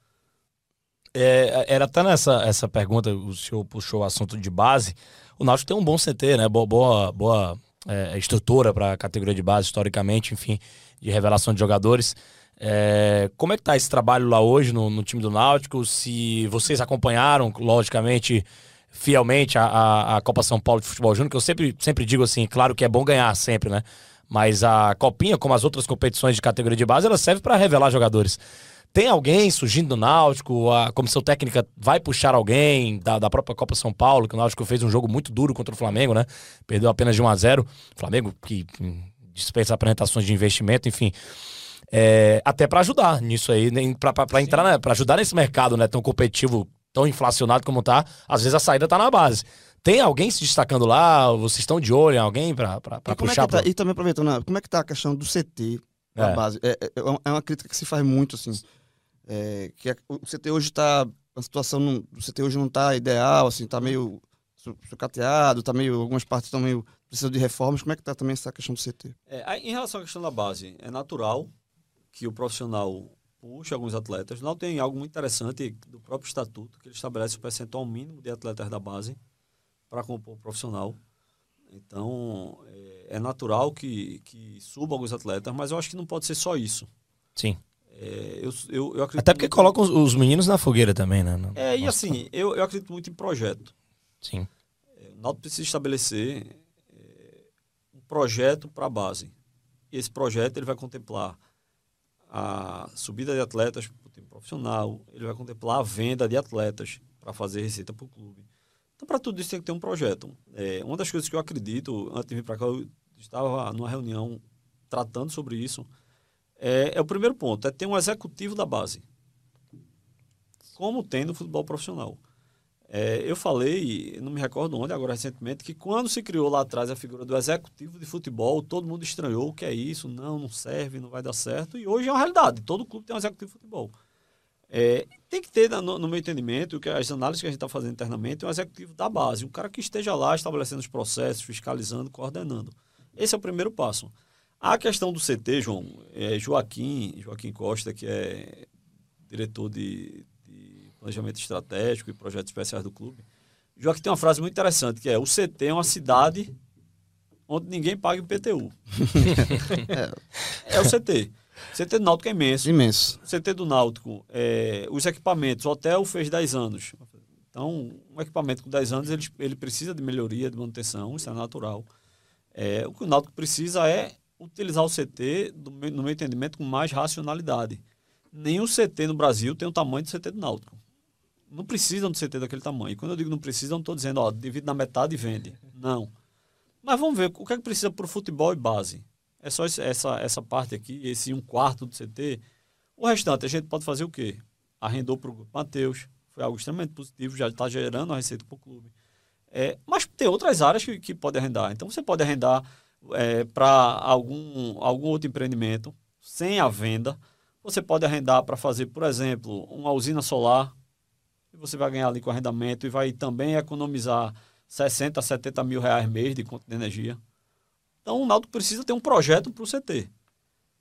Era até essa pergunta, o senhor puxou o assunto de base. O Náutico tem um bom CT, né? Boa estrutura para a categoria de base, historicamente, enfim, de revelação de jogadores. Como é que tá esse trabalho lá hoje no time do Náutico? Se vocês acompanharam, logicamente, fielmente a Copa São Paulo de Futebol Júnior, que eu sempre digo assim, claro que é bom ganhar sempre, né? Mas a Copinha, como as outras competições de categoria de base, ela serve para revelar jogadores. Tem alguém surgindo do Náutico? A comissão técnica vai puxar alguém da própria Copa São Paulo, que o Náutico fez um jogo muito duro contra o Flamengo, né? Perdeu apenas de 1-0. Flamengo que dispensa apresentações de investimento, enfim. Até para ajudar nisso aí, para entrar, para ajudar nesse mercado, né, tão competitivo, tão inflacionado como tá. Às vezes a saída tá na base. Tem alguém se destacando lá? Vocês estão de olho em alguém para puxar?
E também aproveitando, como é que tá a questão do CT da base? É uma crítica que se faz muito, assim. O CT hoje tá... A situação do CT hoje não tá ideal, assim, tá meio sucateado, tá meio... Algumas partes estão meio... precisam de reformas. Como é que tá também essa questão do CT?
Em relação à questão da base, é natural que o profissional puxe alguns atletas. Não tem algo muito interessante do próprio estatuto, que ele estabelece o percentual mínimo de atletas da base para compor o profissional. Então, é natural que suba alguns atletas, mas eu acho que não pode ser só isso.
Sim.
Eu acredito
até porque colocam os meninos na fogueira também, né?
E assim, eu acredito muito em projeto.
Sim.
O Náutico precisa estabelecer um projeto para a base. E esse projeto ele vai contemplar a subida de atletas para o time profissional, ele vai contemplar a venda de atletas para fazer receita para o clube. Então, para tudo isso tem que ter um projeto. Uma das coisas que eu acredito, antes de vir para cá, eu estava numa reunião tratando sobre isso, o primeiro ponto, é ter um executivo da base, como tem no futebol profissional. Eu falei, não me recordo onde, agora recentemente, que quando se criou lá atrás a figura do executivo de futebol, todo mundo estranhou o que é isso, não serve, não vai dar certo, e hoje é uma realidade, todo clube tem um executivo de futebol. Tem que ter, no meu entendimento, que as análises que a gente está fazendo internamente, um executivo da base, um cara que esteja lá estabelecendo os processos, fiscalizando, coordenando. Esse é o primeiro passo. A questão do CT, João, Joaquim Costa, que é diretor de planejamento estratégico e projetos especiais do clube, Joaquim tem uma frase muito interessante, que o CT é uma cidade onde ninguém paga IPTU. É o CT. O CT do Náutico é imenso.
Imenso.
O CT do Náutico, os equipamentos, o hotel fez 10 anos. Então, um equipamento com 10 anos, ele precisa de melhoria, de manutenção, isso é natural. O que o Náutico precisa é utilizar o CT, no meu entendimento, com mais racionalidade. Nenhum CT no Brasil tem o tamanho do CT do Náutico. Não precisam do CT daquele tamanho. E quando eu digo não precisa, não estou dizendo, divide na metade e vende. Não. Mas vamos ver, o que é que precisa para o futebol e base? É só essa parte aqui, esse 1/4 do CT. O restante, a gente pode fazer o quê? Arrendou para o Grupo Mateus, foi algo extremamente positivo, já está gerando a receita para o clube. Mas tem outras áreas que pode arrendar. Então, você pode arrendar para algum outro empreendimento, sem a venda. Você pode arrendar para fazer, por exemplo, uma usina solar, e você vai ganhar ali com arrendamento e vai também economizar 60, 70 mil reais mês de conta de energia. Então, o Náutico precisa ter um projeto para o CT.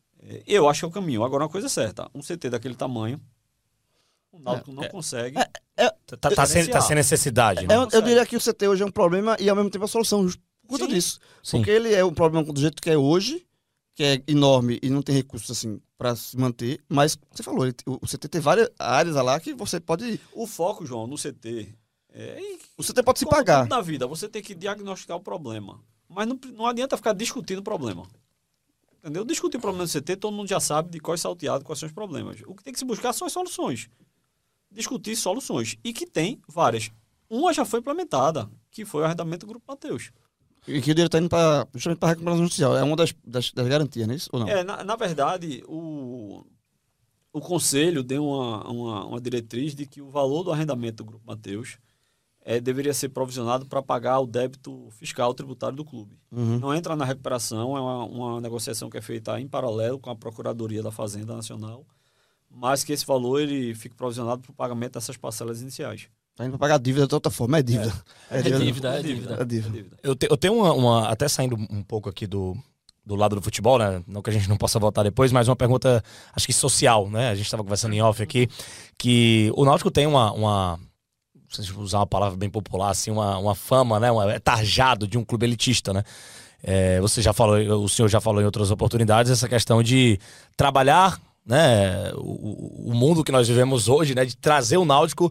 Eu acho que é o caminho. Agora, uma coisa é certa, um CT daquele tamanho, o Náutico não consegue
Tá sem necessidade. Né?
Eu diria que o CT hoje é um problema e ao mesmo tempo a solução, justo por conta disso.
Sim.
Porque ele é um problema do jeito que é hoje, que é enorme e não tem recursos assim para se manter, mas você falou, o CT tem várias áreas lá que você pode...
O foco, João, no CT...
O CT pode se
como
pagar.
tudo na vida, você tem que diagnosticar o problema. Mas não adianta ficar discutindo o problema. Entendeu? Discutir o problema do CT, todo mundo já sabe de qual é salteado, quais são os problemas. O que tem que se buscar são as soluções. Discutir soluções. E que tem várias. Uma já foi implementada, que foi o arrendamento do Grupo Mateus.
E que o dinheiro está indo justamente para a recuperação judicial. É uma das garantias, não é isso? Ou não?
Na verdade, o Conselho deu uma diretriz de que o valor do arrendamento do Grupo Mateus deveria ser provisionado para pagar o débito fiscal tributário do clube.
Uhum.
Não entra na recuperação, é uma negociação que é feita em paralelo com a Procuradoria da Fazenda Nacional, mas que esse valor ele fique provisionado para o pagamento dessas parcelas iniciais.
Está indo para pagar dívida de outra forma, é dívida.
É dívida.
Eu tenho uma até saindo um pouco aqui do lado do futebol, né? Não que a gente não possa voltar depois, mas uma pergunta, acho que social, né? A gente estava conversando em off aqui, que o Náutico tem uma se usar uma palavra bem popular, assim, uma fama, né? É tarjado de um clube elitista, né? Você já falou, o senhor já falou em outras oportunidades, essa questão de trabalhar, né? O mundo que nós vivemos hoje, né? De trazer o Náutico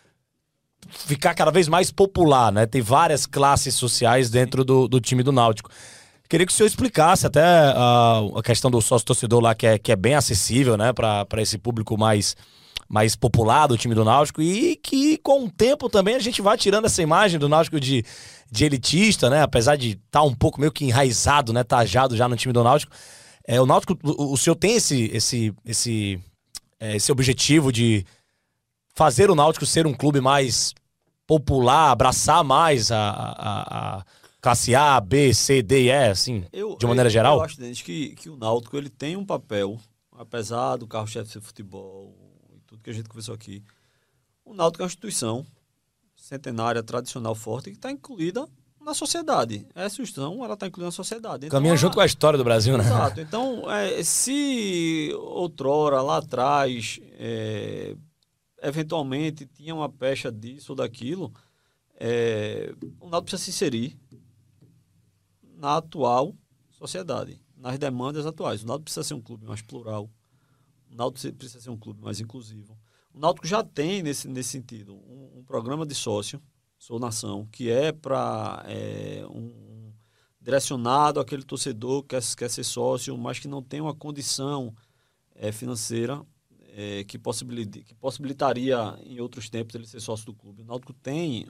ficar cada vez mais popular, né? Tem várias classes sociais dentro do time do Náutico. Queria que o senhor explicasse até a questão do sócio-torcedor lá, que é bem acessível, né? Para esse público mais popular do time do Náutico, e que com o tempo também a gente vai tirando essa imagem do Náutico de elitista, né? Apesar de estar um pouco meio que enraizado, né? Tajado já no time do Náutico. O Náutico, o senhor tem esse objetivo de fazer o Náutico ser um clube mais popular, abraçar mais a classe A, B, C, D e E, assim, de maneira geral?
Eu acho, Denis, que o Náutico ele tem um papel, apesar do carro-chefe ser futebol, tudo que a gente conversou aqui, o Náutico é uma instituição centenária, tradicional, forte, que está incluída na sociedade. Essa instituição, ela está incluída na sociedade. Então,
caminha junto com a história do Brasil, né?
Exato. Então, se outrora, lá atrás, eventualmente tinha uma pecha disso ou daquilo, o Náutico precisa se inserir na atual sociedade, nas demandas atuais. O Náutico precisa ser um clube mais plural. O Náutico precisa ser um clube mais inclusivo. O Náutico já tem, nesse sentido, um programa de sócio, Sou Nação, que é para direcionado àquele torcedor que quer ser sócio, mas que não tem uma condição financeira que possibilitaria, em outros tempos, ele ser sócio do clube. O Náutico tem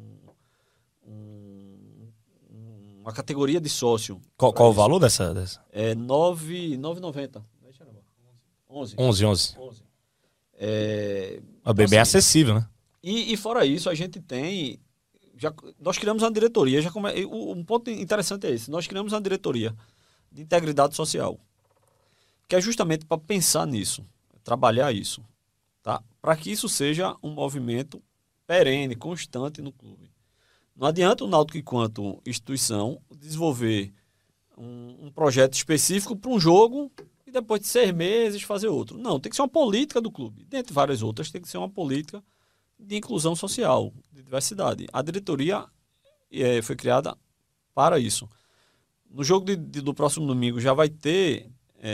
uma categoria de sócio.
Qual o valor dessa?
É 9,90. 11.
Bem acessível, né?
E fora isso, a gente tem... nós criamos uma diretoria. Um ponto interessante é esse. Nós criamos uma diretoria de integridade social, que é justamente para pensar nisso, trabalhar isso, tá? Para que isso seja um movimento perene, constante no clube. Não adianta o Náutico, enquanto instituição, desenvolver um projeto específico para um jogo e depois de 6 meses fazer outro. Não, tem que ser uma política do clube. Dentre várias outras, tem que ser uma política de inclusão social, de diversidade. A diretoria foi criada para isso. No jogo do próximo domingo já vai ter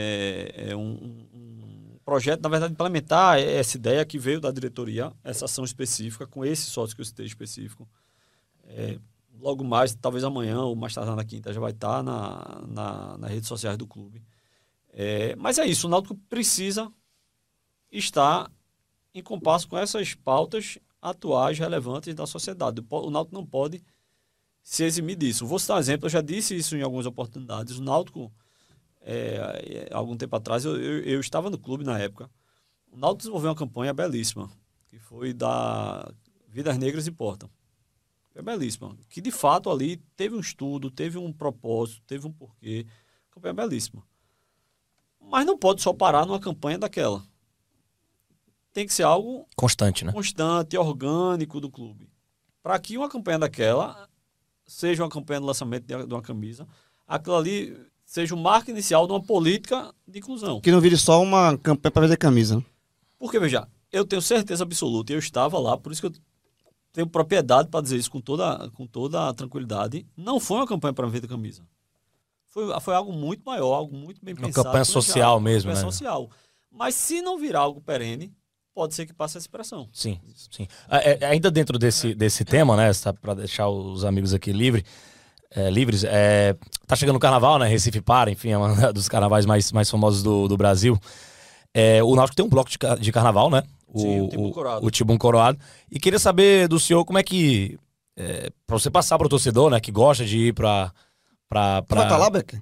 um projeto, na verdade, implementar essa ideia que veio da diretoria, essa ação específica, com esse sócio que eu citei específico. Logo mais, talvez amanhã ou mais tarde na quinta, já vai estar nas redes sociais do clube. Mas é isso, o Náutico precisa estar em compasso com essas pautas atuais, relevantes da sociedade. O Náutico não pode se eximir disso. Vou citar um exemplo, eu já disse isso em algumas oportunidades. O Náutico, algum tempo atrás, eu estava no clube na época. O Náutico desenvolveu uma campanha belíssima, que foi da Vidas Negras Importam. Foi belíssima. Que, de fato, ali teve um estudo, teve um propósito, teve um porquê. Campanha belíssima. Mas não pode só parar numa campanha daquela. Tem que ser algo
constante, né?
Constante, orgânico do clube. Para que uma campanha daquela seja uma campanha de lançamento de uma camisa, aquilo ali seja o marco inicial de uma política de inclusão.
Que não vire só uma campanha para vender camisa.
Porque, veja, eu tenho certeza absoluta, eu estava lá, por isso que eu tenho propriedade para dizer isso com toda a tranquilidade. Não foi uma campanha para vender camisa. Foi algo muito maior, algo muito bem pensado.
Uma campanha social mesmo,
campanha
né?
social. Mas se não virar algo perene, pode ser que passe essa expressão.
Sim, sim. Ainda dentro desse tema, né? Para deixar os amigos aqui livres. Tá chegando o carnaval, né? Recife Para, enfim, é um dos carnavais mais famosos do Brasil. O Náutico tem um bloco de carnaval, né?
Sim, o Tibum Coroado.
O Tibum Coroado. E queria saber do senhor como é que... para você passar para o torcedor, né? Que gosta de ir para...
Vai estar lá, Becker?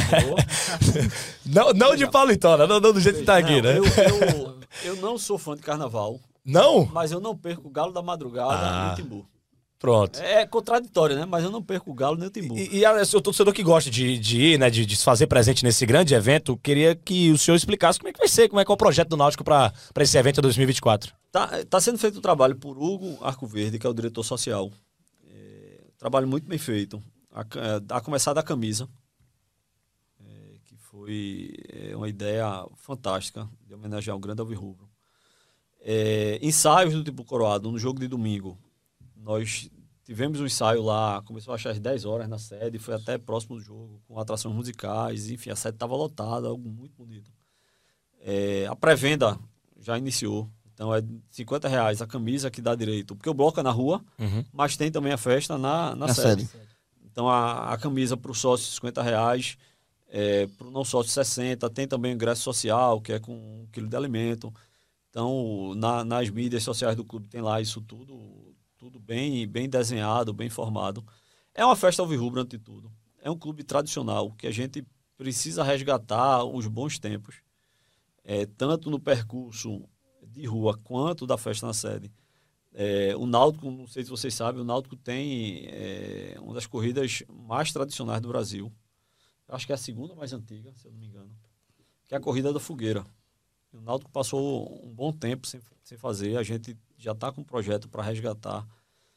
não de Paulitona, não do jeito que tá aqui, né?
Eu não sou fã de carnaval.
Não?
Mas eu não perco o Galo da Madrugada nem o Timbu.
Pronto.
É contraditório, né? Mas eu não perco o Galo nem o Timbu.
E o torcedor que gosta de ir, né? De se fazer presente nesse grande evento, queria que o senhor explicasse como é que vai ser, como é que é o projeto do Náutico para esse evento em 2024.
Tá sendo feito um trabalho por Hugo Arcoverde, que é o diretor social. Trabalho muito bem feito. A começar da camisa, que foi uma ideia fantástica de homenagear o grande alvirrubro. Ensaios do Tipo Coroado, no jogo de domingo. Nós tivemos um ensaio lá, começou às 10 horas na sede, foi até próximo do jogo, com atrações musicais, enfim, a sede estava lotada, algo muito bonito. A pré-venda já iniciou, então é R$50 a camisa que dá direito, porque o bloco é na rua, mas tem também a festa na sede. Então a camisa para o sócio R$50, para o não sócio 60, tem também o ingresso social, que é com 1 quilo de alimento. Então nas mídias sociais do clube tem lá isso tudo bem desenhado, bem formado. É uma festa alvirrubra ante tudo. É um clube tradicional que a gente precisa resgatar os bons tempos, tanto no percurso de rua quanto da festa na sede. O Náutico, não sei se vocês sabem, o Náutico tem uma das corridas mais tradicionais do Brasil. Eu acho que é a segunda mais antiga, se eu não me engano, que é a Corrida da Fogueira. O Náutico passou um bom tempo sem fazer, a gente já está com um projeto para resgatar,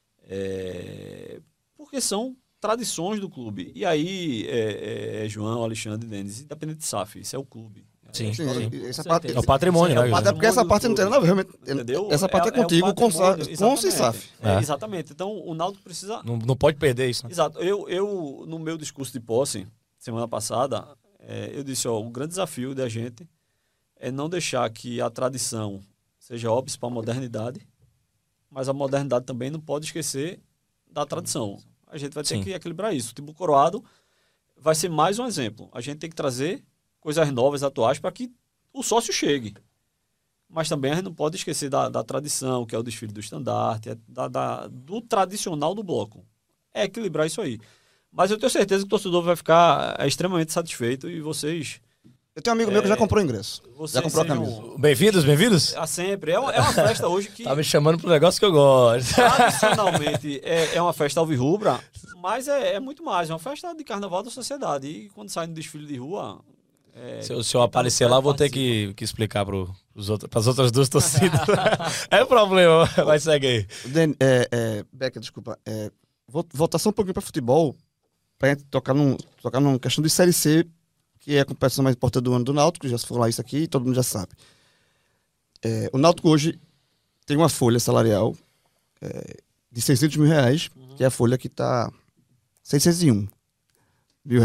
porque são tradições do clube. E aí, João, Alexandre e Denis, independente de SAF, isso é o clube.
Sim.
Essa parte,
É o patrimônio, né?
Até porque essa parte não tem nada a ver, realmente.
Entendeu?
Essa parte é contigo, com o CISAF.
Exatamente. Então, o Náutico precisa...
Não pode perder isso, né?
Exato. Eu, no meu discurso de posse, semana passada, eu disse, o grande desafio da gente é não deixar que a tradição seja óbvia para a modernidade, mas a modernidade também não pode esquecer da tradição. A gente vai ter que equilibrar isso. O Timbu Coroado vai ser mais um exemplo. A gente tem que trazer coisas novas, atuais, para que o sócio chegue. Mas também a gente não pode esquecer da tradição, que é o desfile do estandarte, do tradicional do bloco. É equilibrar isso aí. Mas eu tenho certeza que o torcedor vai ficar extremamente satisfeito e vocês...
Eu tenho um amigo meu que já comprou ingresso. Já comprou a camisa.
Bem-vindos?
Sempre. É uma festa hoje que...
Tá me chamando pro negócio que eu gosto.
Tradicionalmente é uma festa alvirrubra, mas é muito mais. É uma festa de carnaval da sociedade. E quando sai no desfile de rua...
Se o senhor aparecer lá, vou ter que explicar para as outras duas torcidas. É problema, mas segue aí.
Becker, desculpa. Voltar só um pouquinho para futebol, para gente tocar numa questão de Série C, que é a competição mais importante do ano do Náutico, já se falar isso aqui, todo mundo já sabe. O Náutico hoje tem uma folha salarial de R$600 mil, que é a folha que está R$601 mil.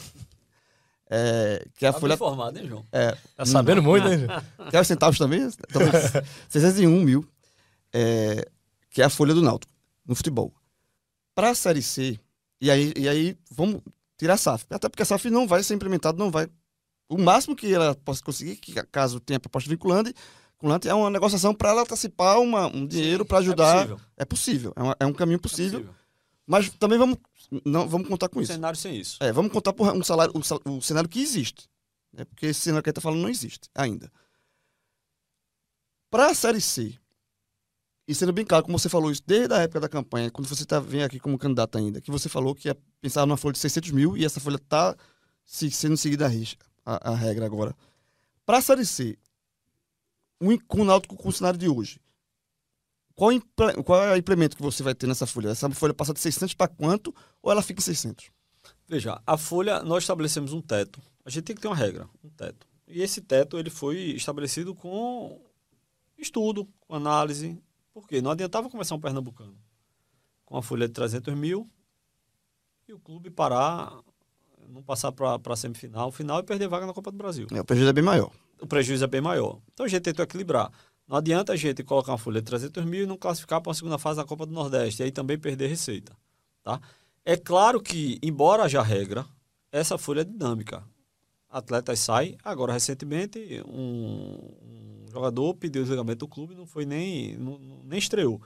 Que é a folha...
informado, hein, João?
Tá sabendo muito, hein?
Quer os centavos também? 601 mil, que é a folha do Náutico, no futebol. Para a Série C, e aí vamos tirar a SAF. Até porque a SAF não vai ser implementada, não vai... O máximo que ela possa conseguir, que caso tenha proposta vinculante, é uma negociação para ela antecipar um dinheiro para ajudar. É possível, é um caminho possível. Mas também vamos contar com isso.
Cenário sem isso.
Vamos contar por um salário, o cenário que existe. Porque esse cenário que a gente está falando não existe ainda. Para a Série C, e sendo bem claro, como você falou isso desde a época da campanha, quando você vem aqui como candidato ainda, que você falou que ia pensar numa folha de 600 mil e essa folha está sendo seguida a regra agora. Para a Série C, com o Náutico com o cenário de hoje, qual é o implemento que você vai ter nessa folha? Essa folha passa de 600 para quanto? Ou ela fica em 600?
Veja, a folha, nós estabelecemos um teto. A gente tem que ter uma regra, um teto. E esse teto ele foi estabelecido com estudo, com análise. Por quê? Não adiantava começar um pernambucano com a folha de 300 mil e o clube parar, não passar para a semifinal, final e perder vaga na Copa do Brasil.
O prejuízo é bem maior.
O prejuízo é bem maior. Então a gente tentou equilibrar. Não adianta a gente colocar uma folha de 300 mil e não classificar para uma segunda fase da Copa do Nordeste, e aí também perder receita. Tá? É claro que, embora haja regra, essa folha é dinâmica. Atletas saem. Agora, recentemente, um jogador pediu o desligamento do clube, não foi nem estreou.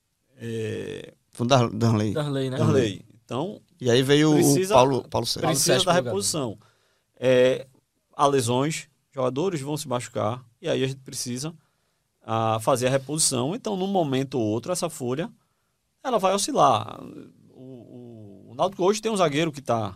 Foi o Darley.
Darley, né?
Darley. Então,
E aí veio
precisa-
o Paulo Sérgio.
precisa da reposição. Há lesões, jogadores vão se machucar, e aí a gente precisa fazer a reposição. Então, num momento ou outro, essa folha ela vai oscilar. O Náutico hoje tem um zagueiro que está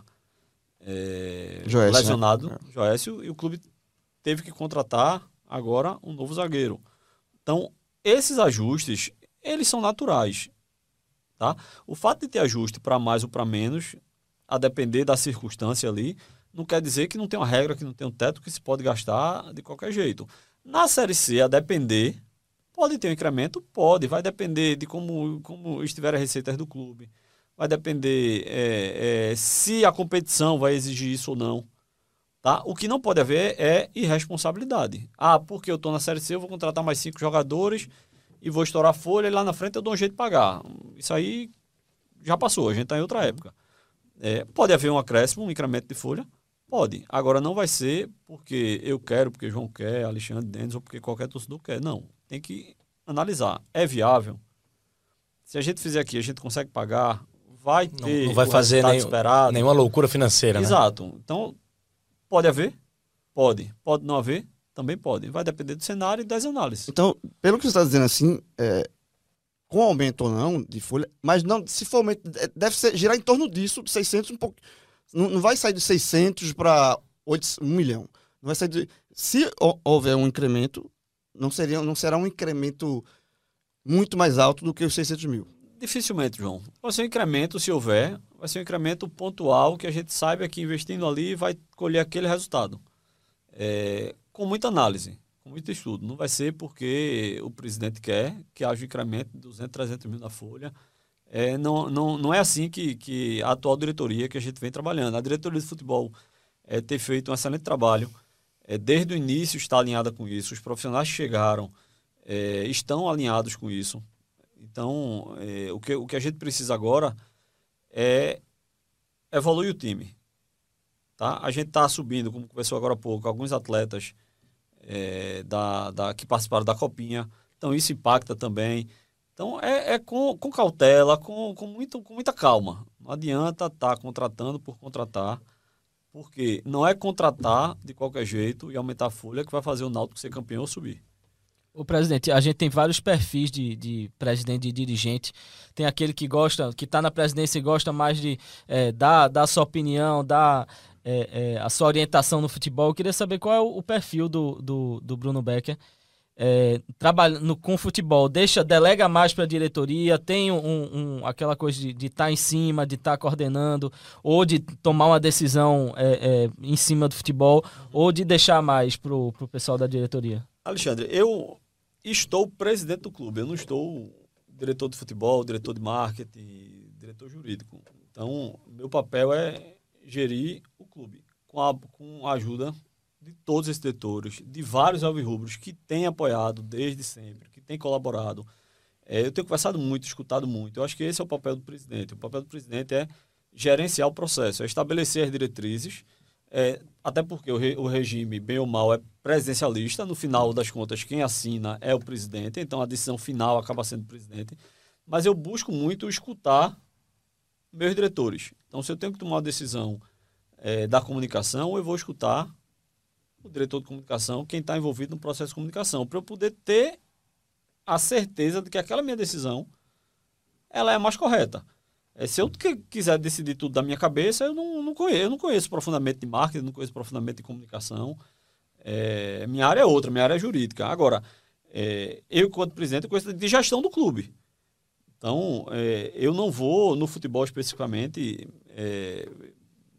Joécio,
lesionado,
né?
Joécio, e o clube teve que contratar agora um novo zagueiro. Então, esses ajustes, eles são naturais. Tá? O fato de ter ajuste para mais ou para menos, a depender da circunstância ali, não quer dizer que não tem uma regra, que não tem um teto, que se pode gastar de qualquer jeito. Na Série C, a depender, pode ter um incremento? Pode. Vai depender de como estiver as receitas do clube. Vai depender se a competição vai exigir isso ou não. Tá? O que não pode haver é irresponsabilidade. Porque eu estou na Série C, eu vou contratar mais 5 jogadores e vou estourar a folha e lá na frente eu dou um jeito de pagar. Isso aí já passou, a gente está em outra época. Pode haver um acréscimo, um incremento de folha? Pode. Agora não vai ser porque eu quero, porque João quer, Alexandre, Denis ou porque qualquer torcedor quer. Não. Tem que analisar. É viável? Se a gente fizer aqui, a gente consegue pagar? Vai ter
não vai fazer
esperado?
nenhuma loucura financeira, né?
Exato. Então, pode haver? Pode. Pode não haver? Também pode. Vai depender do cenário e das análises.
Então, pelo que você está dizendo assim, com aumento ou não de folha, mas não, se for aumento, deve girar em torno disso, de 600, um pouco. Não vai sair de 600 para 1 milhão. Não vai sair se houver um incremento, não será um incremento muito mais alto do que os 600 mil.
Dificilmente, João. Vai ser um incremento, se houver, vai ser um incremento pontual que a gente saiba que investindo ali vai colher aquele resultado. Com muita análise, com muito estudo. Não vai ser porque o presidente quer que haja um incremento de 200, 300 mil na folha. Não é assim que a atual diretoria que a gente vem trabalhando. A diretoria de futebol tem feito um excelente trabalho. Desde o início está alinhada com isso. Os profissionais que chegaram estão alinhados com isso. Então, o que a gente precisa agora é evoluir o time. Tá? A gente está subindo, como conversou agora há pouco, alguns atletas que participaram da Copinha. Então, isso impacta também. Então, com cautela, com muita calma. Não adianta estar contratando por contratar, porque não é contratar de qualquer jeito e aumentar a folha que vai fazer o Náutico ser campeão ou subir.
O presidente, a gente tem vários perfis de presidente e dirigente. Tem aquele que gosta, que está na presidência e gosta mais de dar sua opinião, dar a sua orientação no futebol. Eu queria saber qual é o perfil do Bruno Becker. Trabalhando com futebol, delega mais para a diretoria, tem aquela coisa de estar em cima, de estar coordenando, ou de tomar uma decisão em cima do futebol, ou de deixar mais para o pessoal da diretoria?
Alexandre, eu estou presidente do clube, eu não estou diretor de futebol, diretor de marketing, diretor jurídico. Então, meu papel é gerir o clube com a ajuda de todos esses diretores, de vários alvirrubros que têm apoiado desde sempre, que têm colaborado. Eu tenho conversado muito, escutado muito. Eu acho que esse é o papel do presidente. O papel do presidente é gerenciar o processo, é estabelecer as diretrizes, até porque o regime, bem ou mal, é presidencialista. No final das contas, quem assina é o presidente, então a decisão final acaba sendo o presidente. Mas eu busco muito escutar meus diretores. Então, se eu tenho que tomar uma decisão da comunicação, eu vou escutar o diretor de comunicação, quem está envolvido no processo de comunicação, para eu poder ter a certeza de que aquela minha decisão ela é a mais correta. Se eu quiser decidir tudo da minha cabeça, eu não conheço profundamente de marketing, não conheço profundamente de comunicação. Minha área é outra, minha área é jurídica. Agora, eu, enquanto presidente, eu conheço de gestão do clube. Então, eu não vou, no futebol especificamente,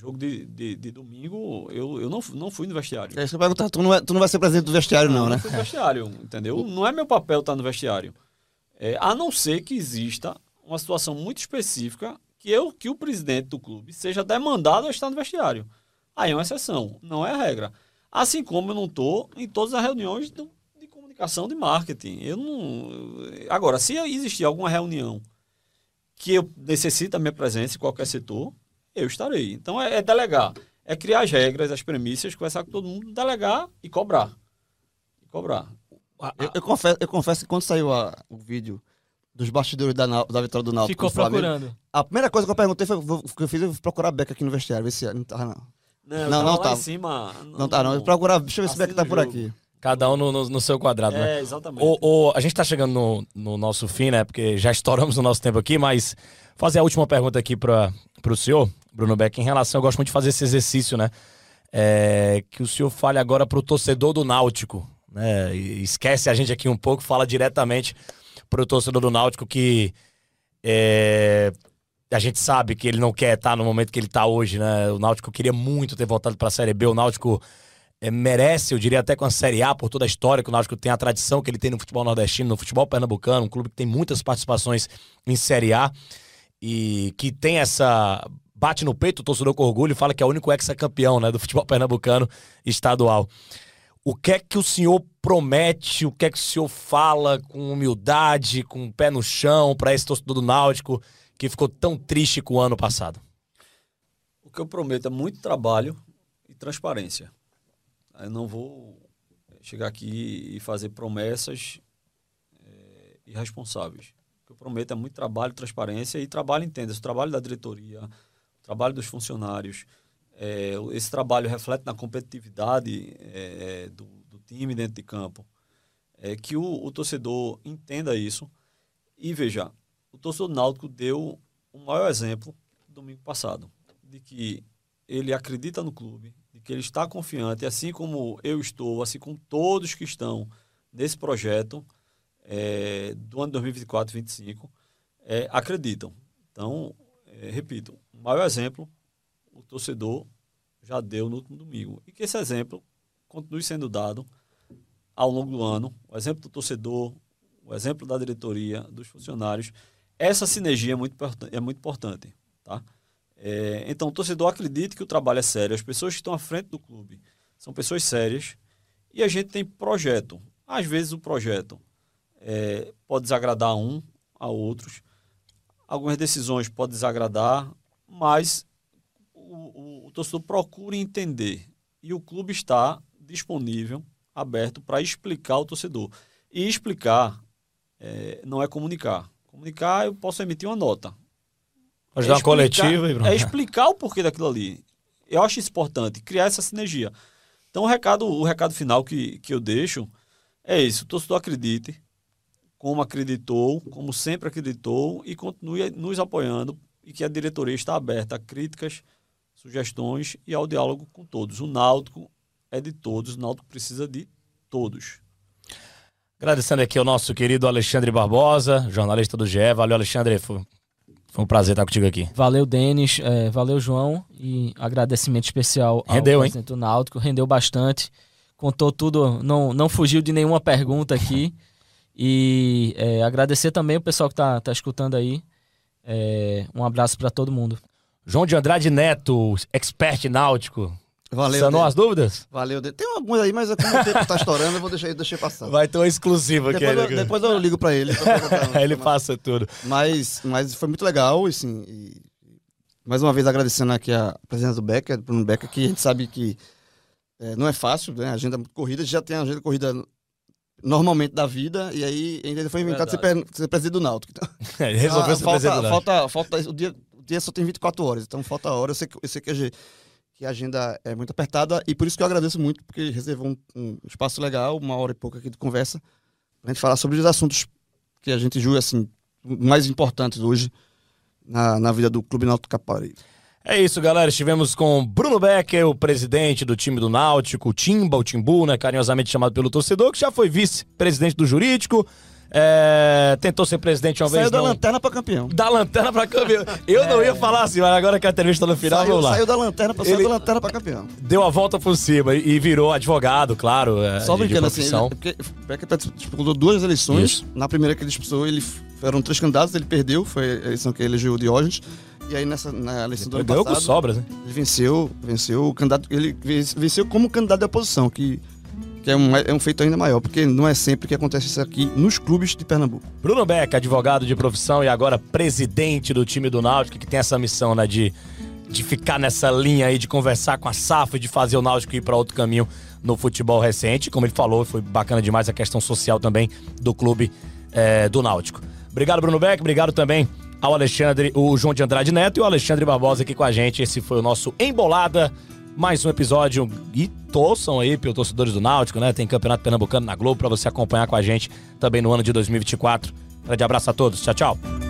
Jogo de domingo, eu não fui no vestiário.
É isso que eu perguntar, tu não vai ser presidente do vestiário não, né?
Não fui no vestiário, entendeu? Não é meu papel estar no vestiário. A não ser que exista uma situação muito específica que o presidente do clube seja demandado a estar no vestiário. Aí é uma exceção, não é a regra. Assim como eu não estou em todas as reuniões de comunicação, de marketing. Agora, se existir alguma reunião que eu necessite da minha presença em qualquer setor, eu estarei. Então é delegar, é criar as regras, as premissas, conversar com todo mundo, delegar e cobrar.
Eu confesso que quando saiu o vídeo dos bastidores da vitória do Náutico,
ficou procurando.
A primeira coisa que eu perguntei foi que eu fiz, eu fui procurar Beca aqui no vestiário, ver se não tava não. Não tava.
Em cima,
não tá não. Deixa eu ver se Beca tá por aqui.
Cada um no seu quadrado, né?
Exatamente.
A gente tá chegando no nosso fim, né? Porque já estouramos o nosso tempo aqui, mas fazer a última pergunta aqui pro senhor, Bruno Beck, em relação, eu gosto muito de fazer esse exercício, né? Que o senhor fale agora pro torcedor do Náutico, né? E esquece a gente aqui um pouco, fala diretamente pro torcedor do Náutico que a gente sabe que ele não quer estar no momento que ele tá hoje, né? O Náutico queria muito ter voltado pra Série B, o Náutico merece, eu diria até com a Série A, por toda a história que o Náutico tem, a tradição que ele tem no futebol nordestino, no futebol pernambucano, um clube que tem muitas participações em Série A e que tem bate no peito o torcedor com orgulho e fala que é o único ex-campeão, né, do futebol pernambucano estadual. O que é que o senhor promete, o que é que o senhor fala com humildade, com o pé no chão para esse torcedor do Náutico que ficou tão triste com o ano passado?
O que eu prometo é muito trabalho e transparência. Eu não vou chegar aqui e fazer promessas irresponsáveis. O que eu prometo é muito trabalho, transparência e trabalho, entenda-se, o trabalho da diretoria, o trabalho dos funcionários. Esse trabalho reflete na competitividade do time dentro de campo. Que o torcedor entenda isso. E veja, o torcedor do Náutico deu o maior exemplo domingo passado, de que ele acredita no clube, de que ele está confiante, assim como eu estou, assim como todos que estão nesse projeto do ano 2024-2025, acreditam. Então, repito, o maior exemplo o torcedor já deu no último domingo. E que esse exemplo continue sendo dado ao longo do ano. O exemplo do torcedor, o exemplo da diretoria, dos funcionários. Essa sinergia é muito importante. Tá? Então, o torcedor acredite que o trabalho é sério. As pessoas que estão à frente do clube são pessoas sérias. E a gente tem projeto. Às vezes o projeto pode desagradar a outros. Algumas decisões podem desagradar, mas o torcedor procura entender. E o clube está disponível, aberto para explicar ao torcedor. E explicar não é comunicar. Comunicar, eu posso emitir uma nota.
Pode dar uma coletiva e pronto.
É explicar o porquê daquilo ali. Eu acho isso importante, criar essa sinergia. Então, o recado final que eu deixo é esse. O torcedor acredite, como acreditou, como sempre acreditou, e continue nos apoiando, e que a diretoria está aberta a críticas, sugestões e ao diálogo com todos. O Náutico é de todos, o Náutico precisa de todos.
Agradecendo aqui ao nosso querido Alexandre Barbosa, jornalista do GE. Valeu, Alexandre. Foi um prazer estar contigo aqui.
Valeu, Denis. Valeu, João. E agradecimento especial ao presidente do Náutico. Rendeu bastante. Contou tudo, não fugiu de nenhuma pergunta aqui. E agradecer também o pessoal que tá escutando aí. Um abraço para todo mundo.
João de Andrade Neto, expert náutico.
Valeu.
Sanou as dúvidas?
Valeu. Tem alguns aí, mas como o tempo tá estourando, eu vou deixar passar.
Vai ter uma exclusiva aqui.
Depois eu ligo pra ele.
Ele passa tudo.
Mas foi muito legal, assim, e mais uma vez agradecendo aqui a presença do Becker, do Bruno Becker, que a gente sabe que não é fácil, né? A agenda muito corrida, já tem a agenda corrida normalmente da vida, e aí ainda foi inventado ser presidente do Náutico. Então,
ele resolveu ser presidente do Náutico.
Falta o dia só tem 24 horas, então falta hora. Eu sei que a agenda é muito apertada, e por isso que eu agradeço muito, porque reservou um espaço legal, 1h e pouco aqui de conversa, pra gente falar sobre os assuntos que a gente julga assim, mais importantes hoje na vida do Clube Náutico Capibaribe.
É isso, galera. Estivemos com Bruno Becker, o presidente do time do Náutico, o Timbu, né, carinhosamente chamado pelo torcedor, que já foi vice-presidente do Jurídico, Tentou ser presidente uma vez.
Saiu da lanterna pra campeão.
Da lanterna pra campeão. Eu não ia falar assim, mas agora que a entrevista no final, vamos lá.
Saiu da lanterna pra campeão.
Deu a volta por cima e virou advogado, claro.
Só brincando
de
assim, porque Becker disputou 2 eleições.
Isso.
Na primeira que ele disputou, foram 3 candidatos, ele perdeu, foi a eleição que ele elegeu o Diógenes. E aí na eleição do ano
Ganhou
passado,
com sobras, né?
ele venceu o candidato, ele venceu como candidato da oposição, que é um feito ainda maior, porque não é sempre que acontece isso aqui nos clubes de Pernambuco.
Bruno Beck, advogado de profissão e agora presidente do time do Náutico, que tem essa missão, né, de ficar nessa linha aí, de conversar com a SAF, de fazer o Náutico ir para outro caminho no futebol recente. Como ele falou, foi bacana demais a questão social também do clube do Náutico. Obrigado, Bruno Beck, obrigado também ao Alexandre, o João de Andrade Neto e o Alexandre Barbosa aqui com a gente. Esse foi o nosso Embolada, mais um episódio. E torçam aí pelos torcedores do Náutico, né? Tem Campeonato Pernambucano na Globo para você acompanhar com a gente também no ano de 2024. Grande abraço a todos. Tchau, tchau.